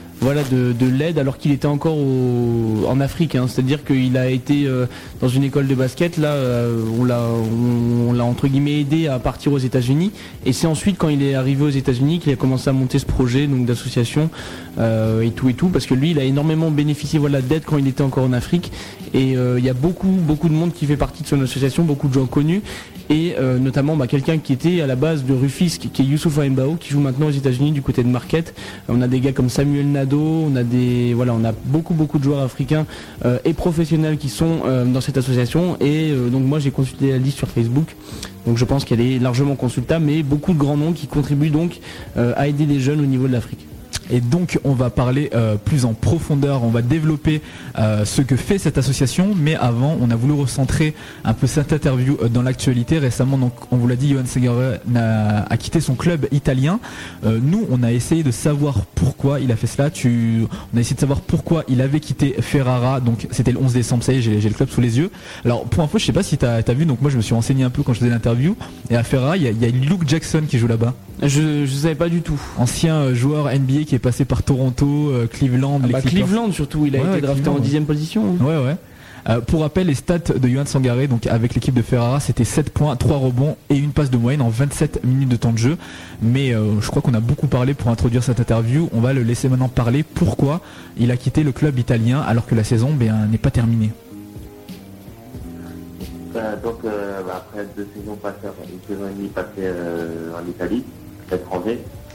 de l'aide alors qu'il était encore en Afrique, c'est-à-dire qu'il a été dans une école de basket, là on l'a entre guillemets aidé à partir aux États-Unis, et c'est ensuite quand il est arrivé aux États-Unis qu'il a commencé à monter ce projet donc d'association et tout, parce que lui il a énormément bénéficié d'aide quand il était encore en Afrique, et il y a beaucoup de monde qui fait partie de son association, beaucoup de gens connus, et notamment quelqu'un qui était à la base de Rufisque, qui est Youssouf Mbao, qui joue maintenant aux États-Unis du côté de Marquette. On a des gars comme Samuel Nado, on a beaucoup de joueurs africains et professionnels qui sont dans cette association, et donc moi j'ai consulté la liste sur Facebook, donc je pense qu'elle est largement consultable, mais beaucoup de grands noms qui contribuent donc à aider les jeunes au niveau de l'Afrique. Et donc on va parler plus en profondeur, on va développer ce que fait cette association, mais avant on a voulu recentrer un peu cette interview dans l'actualité. Récemment, donc, on vous l'a dit, Yohan Sangaré a quitté son club italien. Nous on a essayé de savoir pourquoi il a fait cela. On a essayé de savoir pourquoi il avait quitté Ferrara, donc c'était le 11 décembre, ça y est, j'ai le club sous les yeux. Alors pour info, je sais pas si t'as vu, donc moi je me suis renseigné un peu quand je faisais l'interview, et à Ferrara il y a Luke Jackson qui joue là-bas. Je savais pas du tout. Ancien joueur NBA qui est passé par Toronto, Cleveland. Cleveland surtout, il a été drafté en 10e position. Ouais. Pour rappel, les stats de Yohan Sangaré, donc avec l'équipe de Ferrara, c'était 7 points, 3 rebonds et une passe de moyenne en 27 minutes de temps de jeu. Mais je crois qu'on a beaucoup parlé pour introduire cette interview. On va le laisser maintenant parler pourquoi il a quitté le club italien alors que la saison n'est pas terminée. Après 2 saisons passées, une saison et demie passée en Italie, à l'étranger,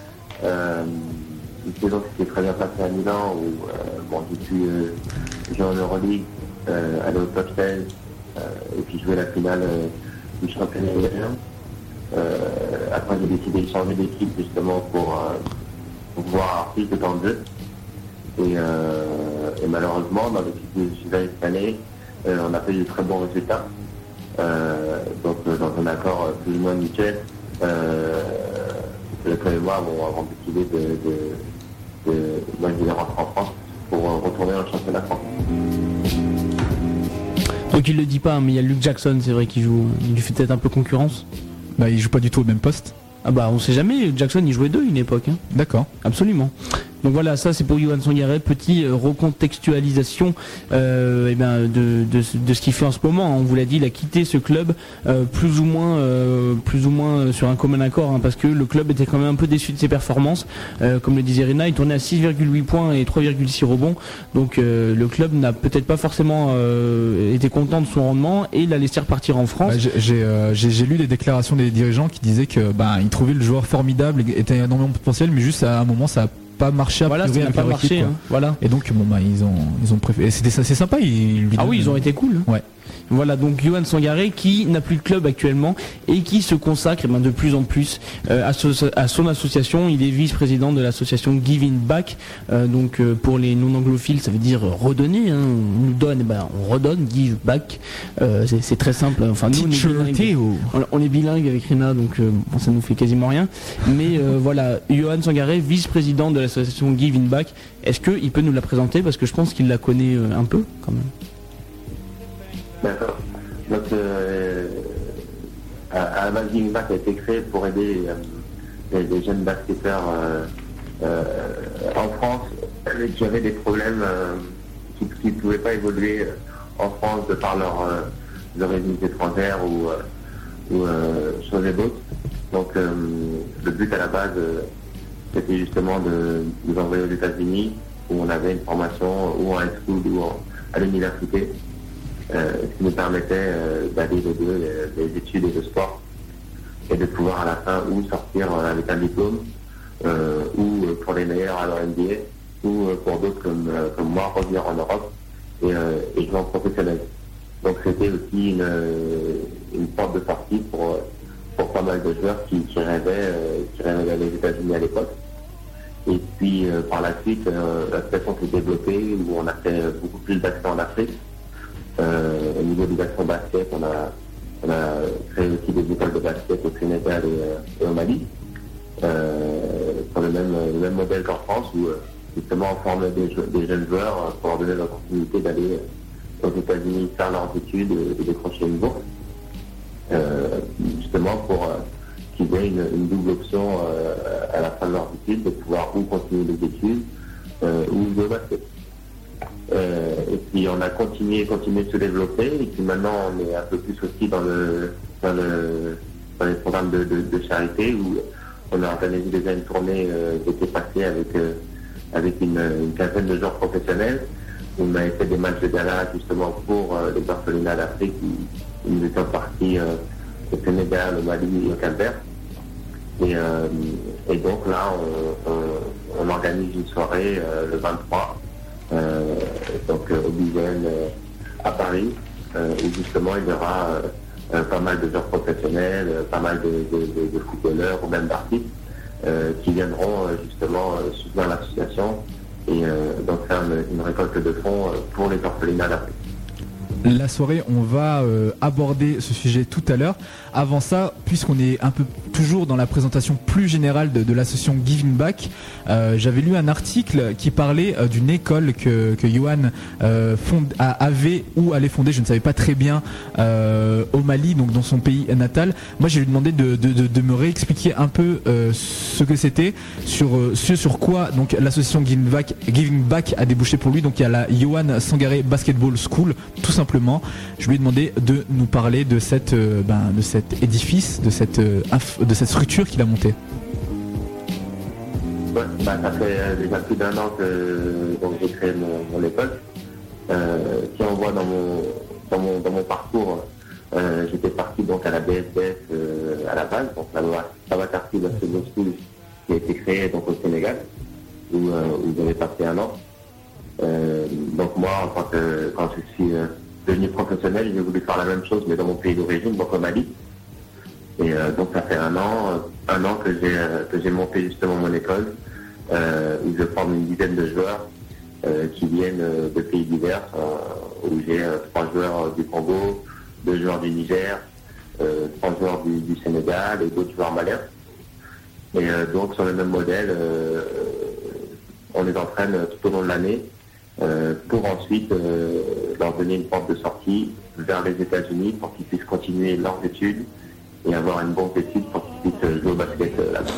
une saison qui s'est très bien passée à Milan, où j'ai pu jouer en Euroleague, aller au top 16, et puis jouer la finale du championnat européen. Après, j'ai décidé de changer d'équipe justement pour pouvoir plus de temps de jeu. Et malheureusement, dans l'équipe où je suis allé cette année, on n'a pas eu de très bons résultats. Donc, dans un accord plus ou moins mutuel, le club et moi avons décidé de rentrer en France pour retourner dans le championnat français. Donc il le dit pas, mais il y a Luke Jackson, c'est vrai qu'il joue, il lui fait peut-être un peu concurrence. Bah il joue pas du tout au même poste. Ah bah on sait jamais, Jackson il jouait 2 une époque. Hein. D'accord. Absolument. Donc voilà, ça c'est pour Yohan Sangaré, petit recontextualisation de ce qu'il fait en ce moment. On vous l'a dit, il a quitté ce club plus ou moins sur un commun accord, hein, parce que le club était quand même un peu déçu de ses performances. Comme le disait Rina, il tournait à 6,8 points et 3,6 rebonds. Donc le club n'a peut-être pas forcément été content de son rendement et l'a laissé repartir en France. J'ai lu des déclarations des dirigeants qui disaient que ils trouvaient le joueur formidable, était énormément potentiel, mais juste à un moment ça a pas marché à voilà, ça n'a pas marché, hein, voilà. Et donc ils ont préféré. C'est sympa, ils ont été cool. Ouais. Voilà donc Yohan Sangaré qui n'a plus de club actuellement et qui se consacre de plus en plus à son association. Il est vice-président de l'association Giving Back. Pour les non-anglophiles, ça veut dire redonner. Hein. On nous donne, on redonne, give back. C'est très simple. Enfin, nous on est bilingue avec Rina, donc ça nous fait quasiment rien. Mais voilà, Yohan Sangaré, vice-président de l'association Giving Back. Est-ce qu'il peut nous la présenter, parce que je pense qu'il la connaît un peu quand même. D'accord. Donc, à la base, Giving Back a été créé pour aider les jeunes basketteurs en France qui avaient des problèmes qui ne pouvaient pas évoluer en France de par leur origine étrangère ou choses et d'autres. Donc, le but à la base, c'était justement de nous envoyer aux États-Unis, où on avait une formation ou en high school ou à l'université. Ce qui nous permettait d'aller les deux, les études et le sport, et de pouvoir à la fin ou sortir avec un diplôme, ou pour les meilleurs à NBA, ou pour d'autres comme moi revenir en Europe et jouer en professionnel. Donc c'était aussi une porte de sortie pour pas mal de joueurs qui rêvaient d'aller aux États-Unis à l'époque. Et puis par la suite, la situation s'est développée où on a fait beaucoup plus d'accès en Afrique. Au niveau des actions basket, on a créé aussi des écoles de basket au Sénégal et au Mali, pour le même modèle qu'en France, où justement on formait des jeunes joueurs pour leur donner l'opportunité d'aller aux États-Unis faire leurs études et décrocher une bourse, justement pour qu'ils aient une double option à la fin de leurs études, de pouvoir ou continuer les études ou jouer au basket. Et puis on a continué de se développer, et puis maintenant on est un peu plus aussi dans les programmes de charité, où on a organisé déjà une tournée l'été passé avec une quinzaine de joueurs professionnels. On avait fait des matchs de gala justement pour les orphelinats d'Afrique, où nous étions partis au Sénégal, au Mali et au Cap-Vert. Et donc là on organise une soirée le 23 au Bizen à Paris, où justement il y aura pas mal de joueurs professionnels, pas mal de footballeurs ou même d'artistes qui viendront justement soutenir l'association et donc faire une récolte de fonds pour les orphelinats d'Afrique. La soirée, on va aborder ce sujet tout à l'heure. Avant ça, puisqu'on est un peu toujours dans la présentation plus générale de l'association Giving Back, j'avais lu un article qui parlait d'une école que Yohan avait ou allait fonder, je ne savais pas très bien, au Mali, donc dans son pays natal. Moi, j'ai lui demandé de me réexpliquer un peu ce que c'était, sur quoi donc l'association Giving Back a débouché pour lui. Donc il y a la Yohan Sangaré Basketball School, tout simplement. Je lui ai demandé de nous parler de cet édifice, de cette structure qu'il a montée. Ouais, ça fait déjà plus d'un an que j'ai créé mon école. Si on voit dans mon parcours, j'étais parti donc à la BSBS à la base, donc la Babacarty Basketball School, qui a été créée donc au Sénégal, où j'avais passé un an. Donc moi, quand je suis devenu professionnel, j'ai voulu faire la même chose, mais dans mon pays d'origine, donc au Mali. Et donc ça fait un an que j'ai monté justement mon école, où je forme une dizaine de joueurs qui viennent de pays divers, où j'ai 3 joueurs du Congo, 2 joueurs du Niger, 3 joueurs du Sénégal et d'autres joueurs maliens. Et donc sur le même modèle, on les entraîne tout au long de l'année pour ensuite leur donner une porte de sortie vers les États-Unis pour qu'ils puissent continuer leurs études et avoir une bonne étude pour qu'ils puissent jouer au basket là-bas.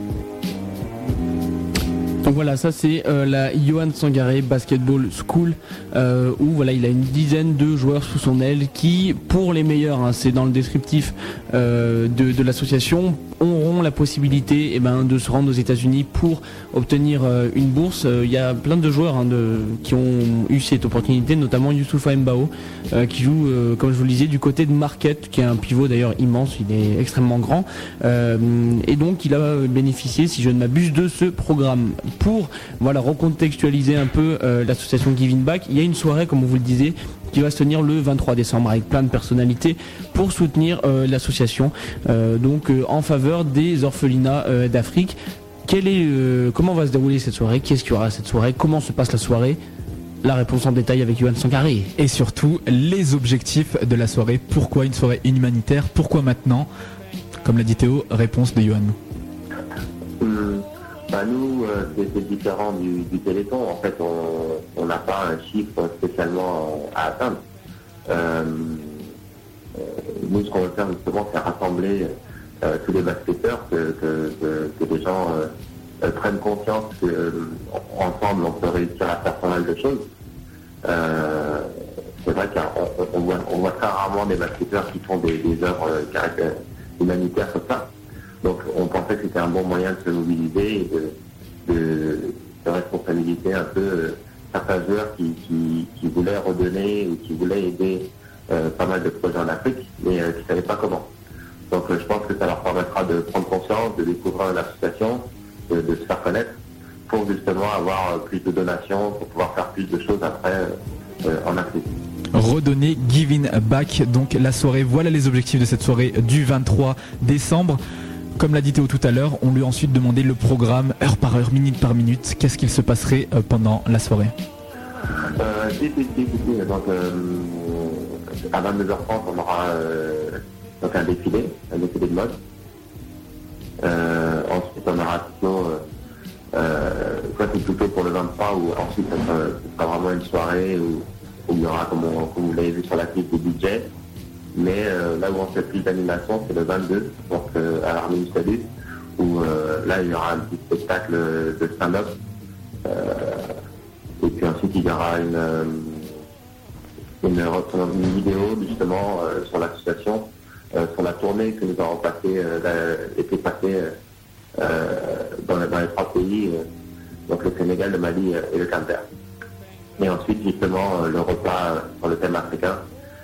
Donc voilà, ça c'est la Yohan Sangaré Basketball School, où voilà, il a une dizaine de joueurs sous son aile qui, pour les meilleurs, hein, c'est dans le descriptif de l'association, auront la possibilité de se rendre aux États-Unis pour obtenir une bourse. Il y a plein de joueurs qui ont eu cette opportunité, notamment Youssoufa Mbao, qui joue, comme je vous le disais, du côté de Marquette, qui est un pivot d'ailleurs immense, il est extrêmement grand, et donc il a bénéficié, si je ne m'abuse, de ce programme. Pour recontextualiser un peu l'association Giving Back, il y a une soirée, comme on vous le disait, qui va se tenir le 23 décembre avec plein de personnalités pour soutenir l'association en faveur des orphelinats d'Afrique. Comment va se dérouler cette soirée? Qui est-ce qu'il y aura à cette soirée? Comment se passe la soirée? La réponse en détail avec Yohan Sangaré. Et surtout, les objectifs de la soirée. Pourquoi une soirée humanitaire? Pourquoi maintenant? Comme l'a dit Théo, réponse de Yohan. Nous, c'est différent du Téléthon. En fait, on n'a pas un chiffre spécialement à atteindre. Nous, ce qu'on veut faire justement, c'est rassembler tous les basketteurs, que les gens prennent conscience qu'ensemble, on peut réussir à faire pas mal de choses. C'est vrai qu'on voit très rarement des basketteurs qui font des œuvres humanitaires comme ça. Donc on pensait que c'était un bon moyen de se mobiliser et de responsabiliser un peu certains joueurs qui voulaient redonner ou qui voulaient aider pas mal de projets en Afrique, mais qui ne savaient pas comment. Donc je pense que ça leur permettra de prendre conscience, de découvrir l'association, de se faire connaître, pour justement avoir plus de donations, pour pouvoir faire plus de choses après en Afrique. Redonner, Giving Back, donc la soirée, voilà les objectifs de cette soirée du 23 décembre. Comme l'a dit Théo tout à l'heure, on lui a ensuite demandé le programme heure par heure, minute par minute. Qu'est-ce qu'il se passerait pendant la soirée? Donc, à 22h30, on aura un défilé de mode. Ensuite, on aura plutôt pour le 23, où ensuite, ça sera vraiment une soirée où il y aura, comme vous l'avez vu sur la piste, des DJ. Mais là où on fait plus d'animation, c'est le 22, donc à l'Armée du Salut, où là il y aura un petit spectacle de stand-up. Et puis ensuite il y aura une vidéo justement sur l'association, sur la tournée que nous avons été passée dans les 3 pays, donc le Sénégal, le Mali et le Cap-Vert. Et ensuite justement le repas sur le thème africain.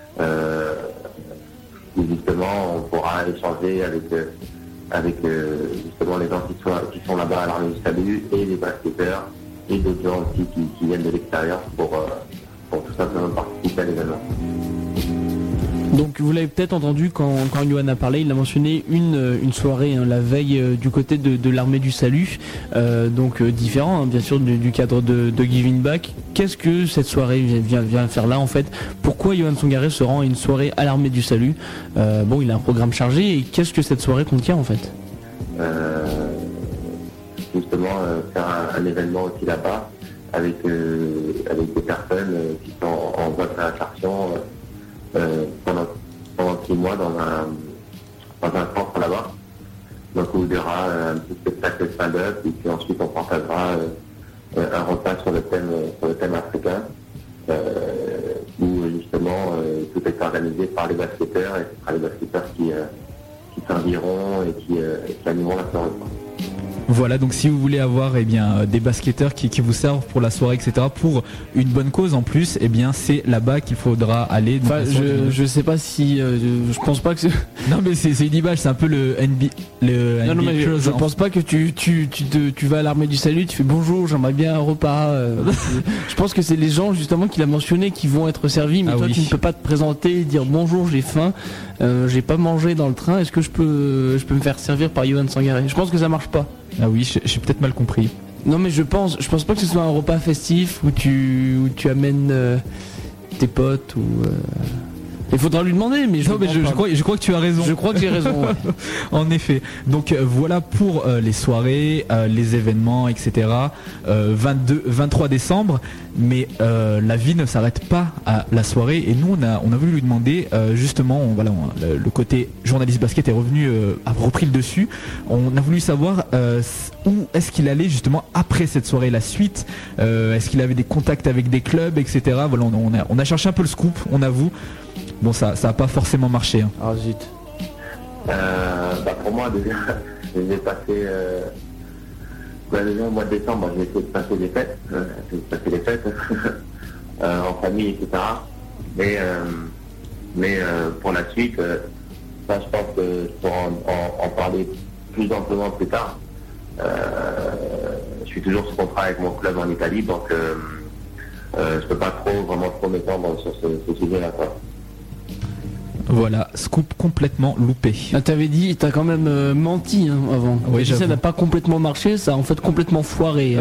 Où justement on pourra échanger avec justement les gens qui sont là-bas à l'Armée du Salut et les basketteurs et d'autres gens aussi qui viennent de l'extérieur pour tout simplement participer à l'événement. Donc vous l'avez peut-être entendu quand Yohan a parlé, il a mentionné une soirée la veille du côté de l'Armée du Salut, différent bien sûr du cadre de Giving Back. Qu'est-ce que cette soirée vient faire là en fait? Pourquoi Yohan Sangaré se rend à une soirée à l'Armée du Salut? Il a un programme chargé, et qu'est-ce que cette soirée contient en fait? Justement faire un événement aussi là-bas avec des personnes qui sont en voie de réinsertion pendant 6 mois dans un centre là-bas. Donc où il y aura un petit spectacle de stand-up, et puis ensuite on partagera un repas sur le thème africain, où justement tout est organisé par les basketteurs, et ce sera les basketteurs qui serviront et qui animeront la soirée. Voilà, donc si vous voulez avoir des basketteurs qui vous servent pour la soirée, etc., pour une bonne cause en plus, c'est là-bas qu'il faudra aller. Donc, enfin, je sais pas si je pense pas que non mais c'est une image, c'est un peu le NBA. Non, mais je pense pas que tu vas à l'armée du salut, tu fais bonjour, j'aimerais bien un repas. Je pense que c'est les gens justement qu'il a mentionné qui vont être servis, mais toi tu ne peux pas te présenter et dire bonjour, j'ai faim, j'ai pas mangé dans le train, est-ce que je peux me faire servir par Yohan Sangaré? Je pense que ça marche pas. Ah oui, j'ai peut-être mal compris. Non mais je pense pas que ce soit un repas festif où tu amènes tes potes ou il faudra lui demander, mais je crois que tu as raison. Je crois que j'ai raison. Ouais. En effet. Donc voilà pour les soirées, les événements, etc. 23 décembre. Mais la vie ne s'arrête pas à la soirée. Et nous, on a voulu lui demander justement, le côté journaliste basket est revenu, a repris le dessus. On a voulu savoir où est-ce qu'il allait justement après cette soirée, la suite. Est-ce qu'il avait des contacts avec des clubs, etc. Voilà, on a cherché un peu le scoop, on avoue. Bon, ça a pas forcément marché. Hein. Ah zut. Pour moi, déjà, j'ai passé déjà au mois de décembre, j'ai essayé de passer les fêtes, en famille, etc. Mais pour la suite, ça, je pense que je pourrai en parler plus amplement plus tard. Je suis toujours sous contrat avec mon club en Italie, donc je peux pas vraiment trop m'étendre sur ce sujet-là, quoi. Voilà, scoop complètement loupé. Ah, t'as quand même menti avant. Oui, ça n'a pas complètement marché, ça a en fait complètement foiré.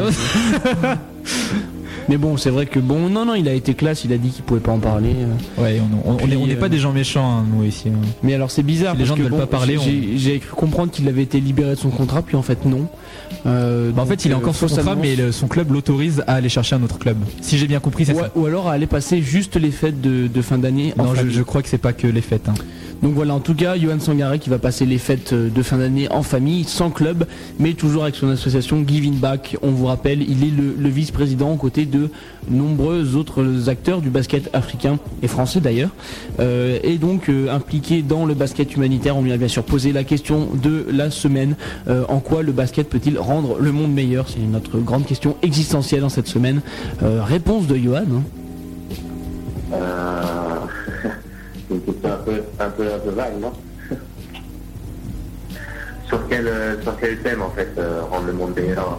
Mais bon, c'est vrai que non, il a été classe, il a dit qu'il pouvait pas en parler. Ouais, on n'est pas des gens méchants, nous ici. Mais alors c'est bizarre. Si les gens ne veulent pas parler. J'ai cru comprendre qu'il avait été libéré de son contrat, puis en fait non. En fait, il est encore sous contrat, mais son club l'autorise à aller chercher un autre club. Si j'ai bien compris, c'est ça. Ou alors à aller passer juste les fêtes de fin d'année. Non, je crois que c'est pas que les fêtes. Hein. Donc voilà, en tout cas, Yohan Sangaré qui va passer les fêtes de fin d'année en famille, sans club, mais toujours avec son association Giving Back. On vous rappelle, il est le vice-président aux côtés de nombreux autres acteurs du basket africain et français d'ailleurs, et donc impliqué dans le basket humanitaire. On lui a bien sûr posé la question de la semaine, en quoi le basket peut-il rendre le monde meilleur? C'est notre grande question existentielle en cette semaine. Réponse de Yohan. C'est une question un peu vague, non? Sur quel thème, en fait, rendre le monde meilleur?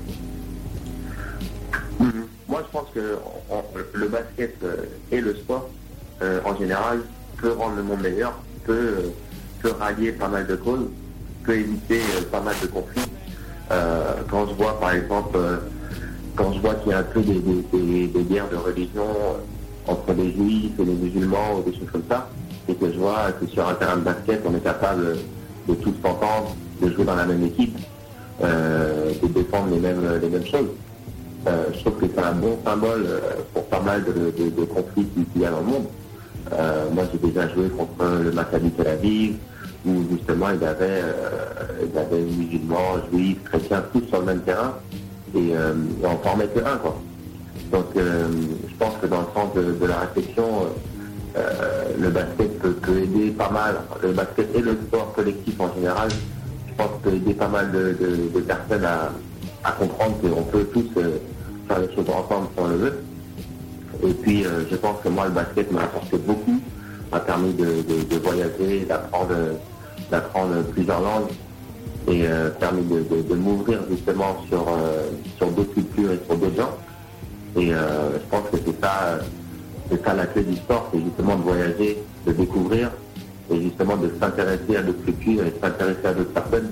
Moi, je pense que le basket et le sport, en général, peut rendre le monde meilleur, peut rallier pas mal de causes, peut éviter pas mal de conflits. Quand je vois, par exemple, qu'il y a un peu des guerres de religion entre les juifs et les musulmans ou des choses comme ça, et que je vois que sur un terrain de basket, on est capable de tous s'entendre, de jouer dans la même équipe, de défendre les mêmes choses. Je trouve que c'est un bon symbole pour pas mal de conflits qu'il y a dans le monde. Moi, j'ai déjà joué contre le Maccabi Tel Aviv, où justement il y avait musulmans, juifs, chrétiens, tous sur le même terrain, et on peut en mettre un, quoi. Donc je pense que dans le sens de la réflexion, le basket peut aider pas mal, le basket et le sport collectif en général, je pense peut aider pas mal de personnes à comprendre qu'on peut tous faire les choses ensemble si on le veut. Et puis je pense que moi le basket m'a apporté beaucoup, m'a permis de voyager, d'apprendre plusieurs langues, et permis de m'ouvrir justement sur d'autres cultures et sur d'autres gens. Et je pense que c'est ça la clé du sport, c'est justement de voyager, de découvrir, et justement de s'intéresser à d'autres cultures et de s'intéresser à d'autres personnes.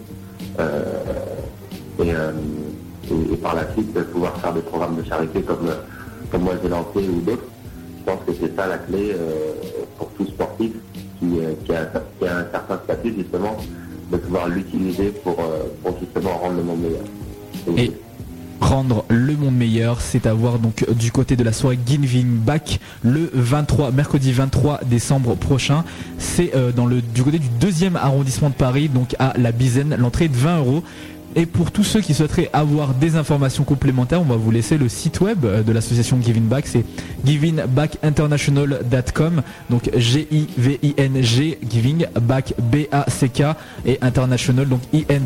Et par la suite de pouvoir faire des programmes de charité comme moi j'ai lancé ou d'autres. Je pense que c'est ça la clé pour tout sportif qui a un certain statut justement, de pouvoir l'utiliser pour justement rendre le monde meilleur. Et rendre le monde meilleur, c'est à voir donc du côté de la soirée Giving Back le mercredi 23 décembre prochain. C'est du côté du 2e arrondissement de Paris, donc à la Bizaine. L'entrée est de 20 €. Et pour tous ceux qui souhaiteraient avoir des informations complémentaires, on va vous laisser le site web de l'association Giving Back, c'est givingbackinternational.com, donc G-I-V-I-N-G, Giving Back B-A-C-K et International, donc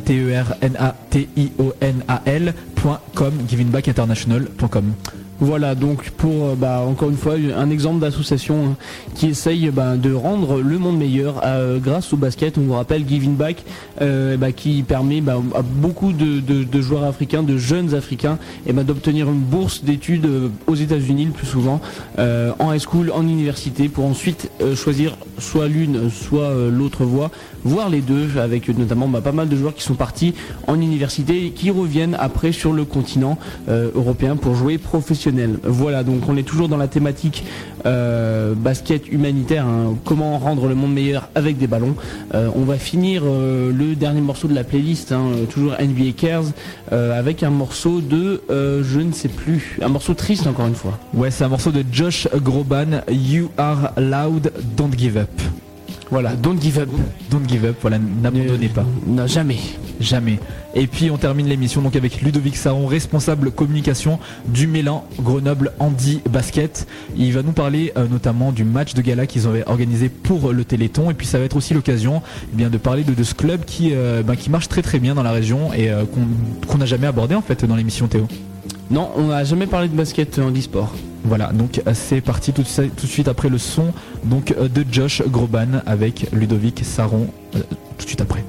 I-N-T-E-R-N-A-T-I-O-N-A-L.com, givingbackinternational.com. Voilà, donc pour encore une fois un exemple d'association qui essaye de rendre le monde meilleur grâce au basket. On vous rappelle Giving Back qui permet à beaucoup de joueurs africains, de jeunes africains d'obtenir une bourse d'études aux États-Unis le plus souvent, en high school, en université, pour ensuite choisir soit l'une soit l'autre voie, voire les deux, avec notamment pas mal de joueurs qui sont partis en université et qui reviennent après sur le continent européen pour jouer professionnel. Voilà, donc on est toujours dans la thématique basket humanitaire, comment rendre le monde meilleur avec des ballons. On va finir le dernier morceau de la playlist, toujours NBA Cares, avec un morceau de je ne sais plus, un morceau triste encore une fois. Ouais, c'est un morceau de Josh Groban, You Are Loud, Don't Give Up. Voilà, don't give up. Don't give up, voilà, n'abandonnez pas. Non, jamais. Jamais. Et puis on termine l'émission donc avec Ludovic Saron, responsable communication du Mélan Grenoble Handi Basket. Il va nous parler notamment du match de gala qu'ils ont organisé pour le Téléthon, et puis ça va être aussi l'occasion de parler de ce club qui marche très très bien dans la région et qu'on n'a jamais abordé en fait dans l'émission, Théo. Non, on n'a jamais parlé de basket en e-sport. Voilà, donc c'est parti tout de suite après le son donc de Josh Groban avec Ludovic Saron, tout de suite après.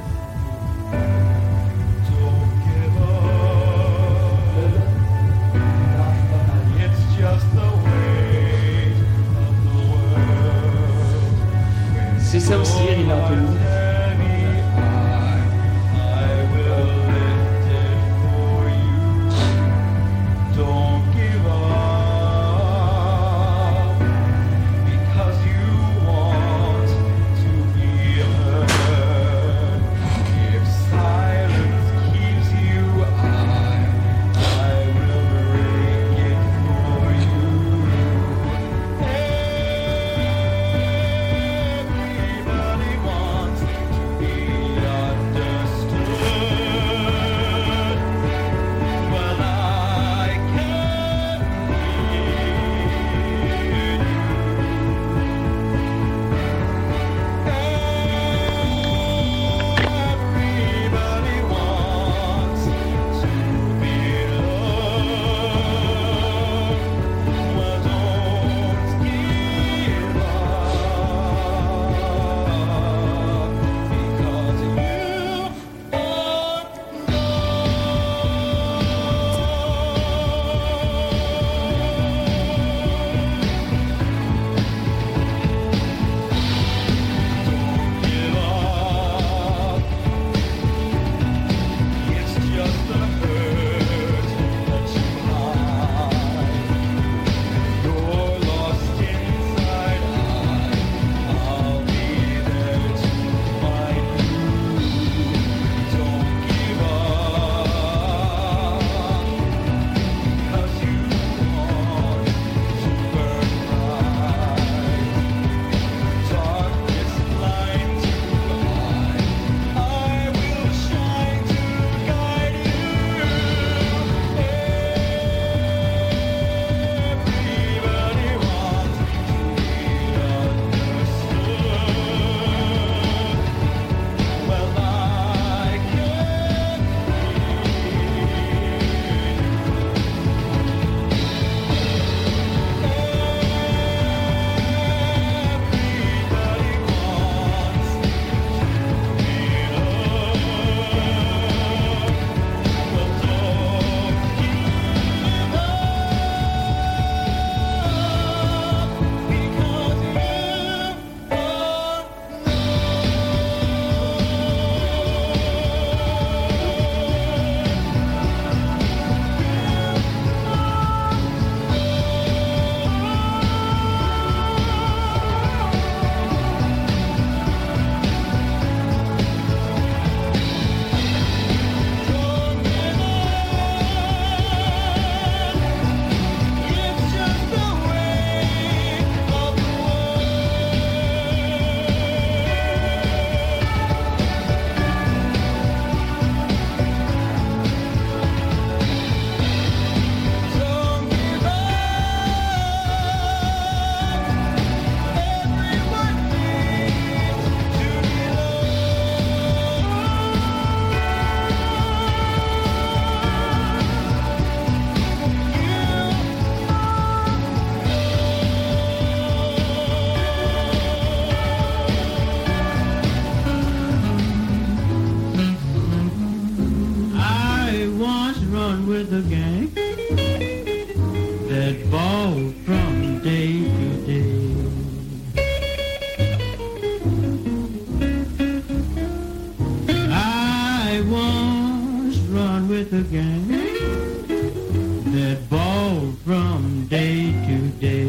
Don't give up. gang that ball from day to day. I once run with a gang that ball from day to day.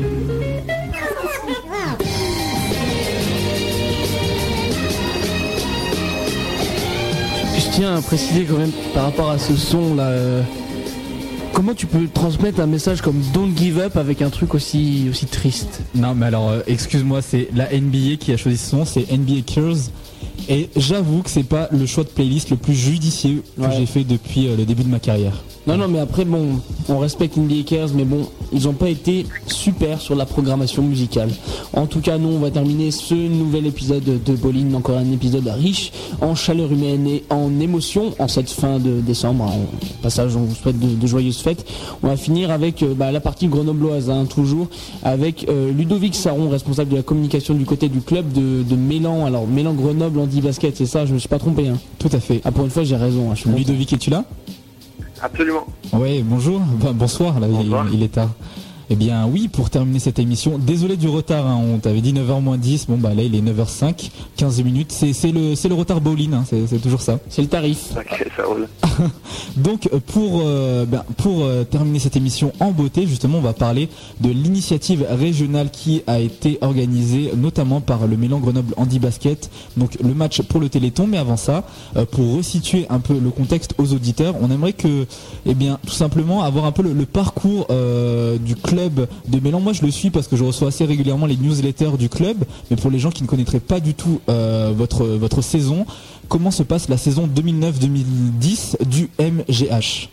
Je tiens à préciser quand même par rapport à ce son là, comment tu peux transmettre un message comme Don't Give Up avec un truc aussi triste? Non mais alors excuse-moi, c'est la NBA qui a choisi ce son, c'est NBA Cures. Et j'avoue que c'est pas le choix de playlist le plus judicieux que j'ai fait depuis le début de ma carrière. Non mais après bon, on respecte NBA Cares, mais bon, ils ont pas été super sur la programmation musicale. En tout cas, nous on va terminer ce nouvel épisode de Bowling, encore un épisode riche en chaleur humaine et en émotion en cette fin de décembre. Au passage, on vous souhaite de joyeuses fêtes. On va finir avec la partie grenobloise, toujours avec Ludovic Saron, responsable de la communication du côté du club de Mélan. Alors Mélan Grenoble Handi Basket, c'est ça, je me suis pas trompé. Tout à fait. Ah, pour une fois j'ai raison. Je suis Ludovic, es-tu là? Absolument. Oui, bonjour. Bonsoir, là, Bonsoir. Il est tard. Eh bien oui, pour terminer cette émission, désolé du retard, on t'avait dit 9h moins 10, bon bah là il est 9h05, 15 minutes, c'est le retard bowling, c'est toujours ça. C'est le tarif. Ok, ça roule. Donc pour terminer cette émission en beauté, justement on va parler de l'initiative régionale qui a été organisée notamment par le Mélan Grenoble Handi Basket, donc le match pour le Téléthon. Mais avant ça, pour resituer un peu le contexte aux auditeurs, on aimerait que, tout simplement avoir un peu le parcours du club de Mélan. Moi je le suis parce que je reçois assez régulièrement les newsletters du club, mais pour les gens qui ne connaîtraient pas du tout votre saison, comment se passe la saison 2009-2010 du MGH?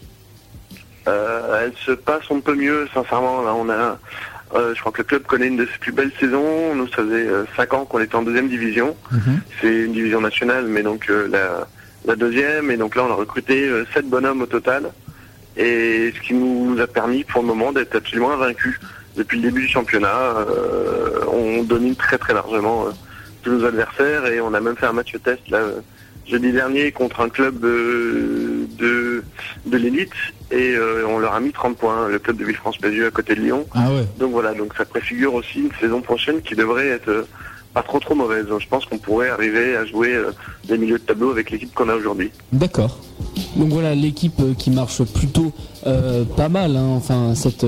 Elle se passe un peu mieux, sincèrement. Là, on a, je crois que le club connaît une de ses plus belles saisons. Nous, ça faisait 5 ans qu'on était en deuxième division. C'est une division nationale, mais donc la deuxième. Et donc là, on a recruté 7 bonhommes au total. Et ce qui nous a permis, pour le moment, d'être absolument invaincus. Depuis le début du championnat, on domine très très largement tous nos adversaires. Et on a même fait un match test là, jeudi dernier contre un club de l'élite et on leur a mis 30 points, le club de Villefranche-Pézieux à côté de Lyon. Ah ouais. Donc voilà, donc ça préfigure aussi une saison prochaine qui devrait être pas trop mauvaise. Donc, je pense qu'on pourrait arriver à jouer les milieux de tableau avec l'équipe qu'on a aujourd'hui. D'accord. Donc voilà l'équipe qui marche plutôt pas mal, en cette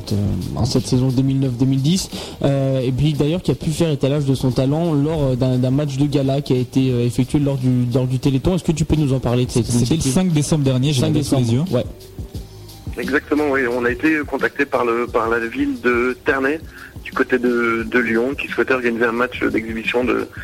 saison 2009-2010, et puis d'ailleurs qui a pu faire étalage de son talent lors d'un match de gala qui a été effectué lors du Téléthon. Est-ce que tu peux nous en parler de cette C'était le 5 décembre dernier, j'ai regardé sous les yeux. Ouais. Exactement, oui. On a été contacté par la ville de Ternay, du côté de Lyon, qui souhaitait organiser un match d'exhibition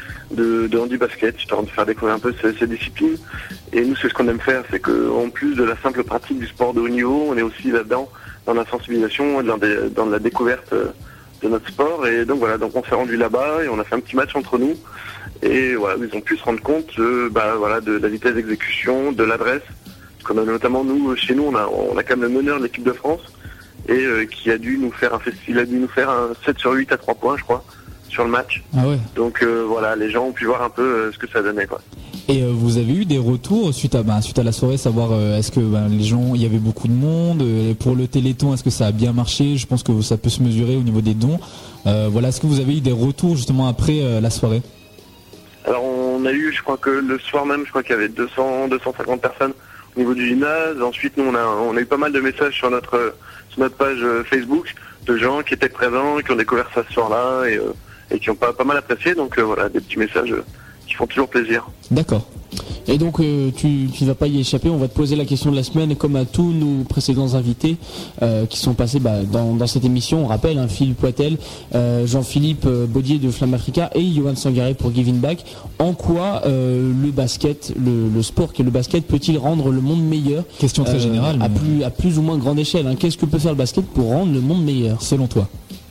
de handi basket, histoire de faire découvrir un peu ces disciplines. Et nous, c'est ce qu'on aime faire, c'est qu'en plus de la simple pratique du sport de haut niveau, on est aussi là-dedans, dans la sensibilisation et dans la découverte de notre sport. Et donc voilà, donc on s'est rendu là-bas et on a fait un petit match entre nous. Et voilà, ils ont pu se rendre compte de la vitesse d'exécution, de l'adresse. Parce qu'on a notamment, nous, chez nous, on a quand même le meneur de l'équipe de France et qui a dû nous faire un 7 sur 8 à 3 points, je crois, sur le match. Ah ouais. Donc voilà, les gens ont pu voir un peu ce que ça donnait, quoi. Et vous avez eu des retours suite à la soirée, savoir est-ce que les gens, il y avait beaucoup de monde, pour le Téléthon, est-ce que ça a bien marché? Je pense que ça peut se mesurer au niveau des dons. Voilà, est-ce que vous avez eu des retours justement après la soirée? Alors on a eu, je crois que le soir même, je crois qu'il y avait 250 personnes au niveau du gymnase. Ensuite, nous, on a eu pas mal de messages sur notre page Facebook de gens qui étaient présents, qui ont découvert ça ce soir-là et qui ont pas mal apprécié. Donc voilà, des petits messages qui font toujours plaisir. D'accord. Et donc tu vas pas y échapper, on va te poser la question de la semaine comme à tous nos précédents invités qui sont passés dans cette émission. On rappelle, Philippe Poitel, Jean-Philippe Baudier de Flamme Africa et Johan Sangaré pour Giving Back. En quoi le basket, le sport qu'est le basket peut-il rendre le monde meilleur? Question très générale. À plus ou moins grande échelle. Qu'est-ce que peut faire le basket pour rendre le monde meilleur selon toi?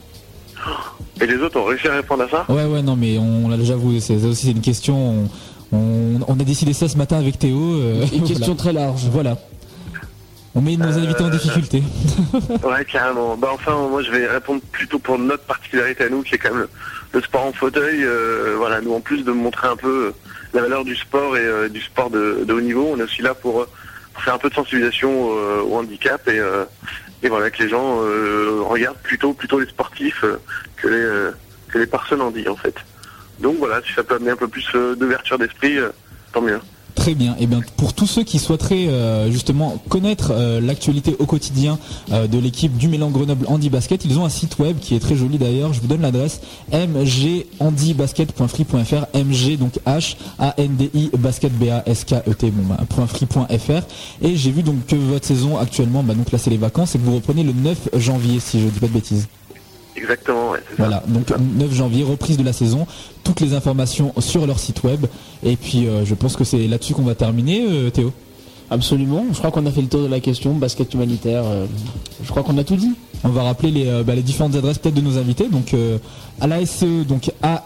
Et les autres ont réussi à répondre à ça? Ouais, non mais j'avoue, c'est une question... On a décidé ça ce matin avec Théo. Une question très large. Voilà. On met nos invités en difficulté. Ouais, carrément. Enfin, moi je vais répondre plutôt pour notre particularité à nous, qui est quand même le sport en fauteuil. Voilà, nous en plus de montrer un peu la valeur du sport et du sport de haut niveau, on est aussi là pour faire un peu de sensibilisation au handicap et voilà, que les gens regardent plutôt les sportifs que les personnes en dit en fait. Donc voilà, si ça peut amener un peu plus d'ouverture d'esprit, tant mieux. Très bien. Et bien pour tous ceux qui souhaiteraient justement connaître l'actualité au quotidien de l'équipe du Mélan Grenoble Handi Basket, ils ont un site web qui est très joli d'ailleurs. Je vous donne l'adresse mghandibasket.free.fr, mg donc h-a-n-d-i basket b-a-s-k-e-t .free.fr. Et j'ai vu donc que votre saison actuellement, donc là c'est les vacances et que vous reprenez le 9 janvier si je dis pas de bêtises. Exactement, ouais, c'est voilà, ça. donc 9 janvier, reprise de la saison, toutes les informations sur leur site web. Et puis je pense que c'est là-dessus qu'on va terminer, Théo. Absolument, je crois qu'on a fait le tour de la question, basket humanitaire, je crois qu'on a tout dit. On va rappeler les différentes adresses peut-être de nos invités. Donc à l'ASE, donc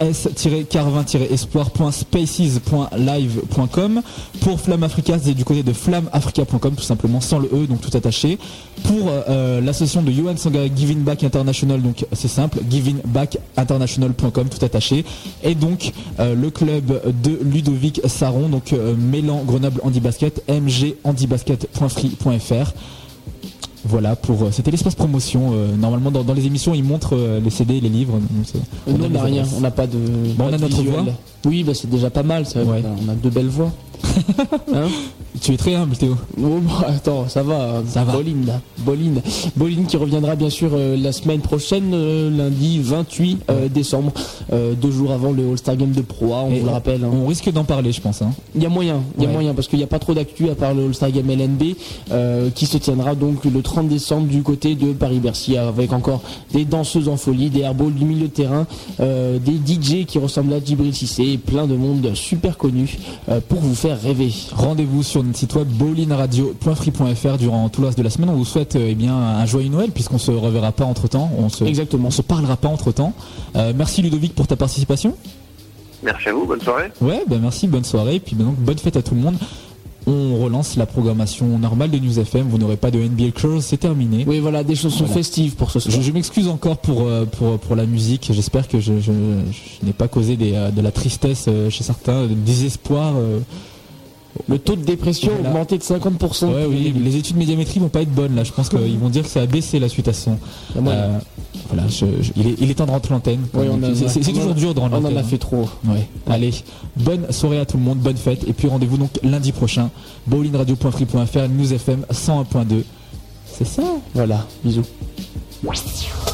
as-carvin-espoir.spaces.live.com. Pour Flamme Africa, c'est du côté de flammeafrica.com, tout simplement, sans le E, donc tout attaché. Pour l'association de Johan Sangare Giving Back International, donc c'est simple, givingbackinternational.com, tout attaché. Et donc le club de Ludovic Saron, donc Mélan Grenoble Handi Basket, mghandibasket.free.fr. Voilà, c'était l'espace promotion. Normalement, dans les émissions, ils montrent les CD, les livres. On n'a rien, on n'a pas de. Bon, on a notre voix. Oui, c'est déjà pas mal. Ça, ouais. On a deux belles voix. Hein, tu es très humble, Théo. Oh, attends, ça va. Boline qui reviendra bien sûr la semaine prochaine, lundi 28 décembre, 2 jours avant le All-Star Game de Pro A, on vous le rappelle. Hein. On risque d'en parler, je pense. Il y a moyen, parce qu'il n'y a pas trop d'actu à part le All-Star Game LNB qui se tiendra donc le 30 décembre du côté de Paris-Bercy, avec encore des danseuses en folie, des airballs du milieu de terrain, des DJ qui ressemblent à Djibril Cissé et plein de monde super connu pour vous faire rêver. Rendez-vous sur notre site web bowlinradio.free.fr durant tout le reste de la semaine. On vous souhaite un joyeux Noël puisqu'on se reverra pas entre temps. Exactement. On se parlera pas entre temps. Merci Ludovic pour ta participation. Merci à vous, bonne soirée. Ouais, merci, bonne soirée. Et puis donc bonne fête à tout le monde. On relance la programmation normale de News FM. Vous n'aurez pas de NBA Curls, c'est terminé. Oui, voilà, des chansons festives pour ce soir. Je m'excuse encore pour la musique. J'espère que je n'ai pas causé de la tristesse chez certains, de désespoir. Le taux de dépression a augmenté de 50%. Ouais, oui, les études médiamétrie vont pas être bonnes là. Je pense qu'ils vont dire que ça a baissé la suite à son. Voilà, il est temps de rentrer l'antenne. Oui, c'est toujours dur de rentrer l'antenne. On en a fait trop. Ouais. Allez, bonne soirée à tout le monde, bonne fête. Et puis rendez-vous donc lundi prochain. bowlingradio.free.fr, News FM 101.2. C'est ça. Voilà, bisous.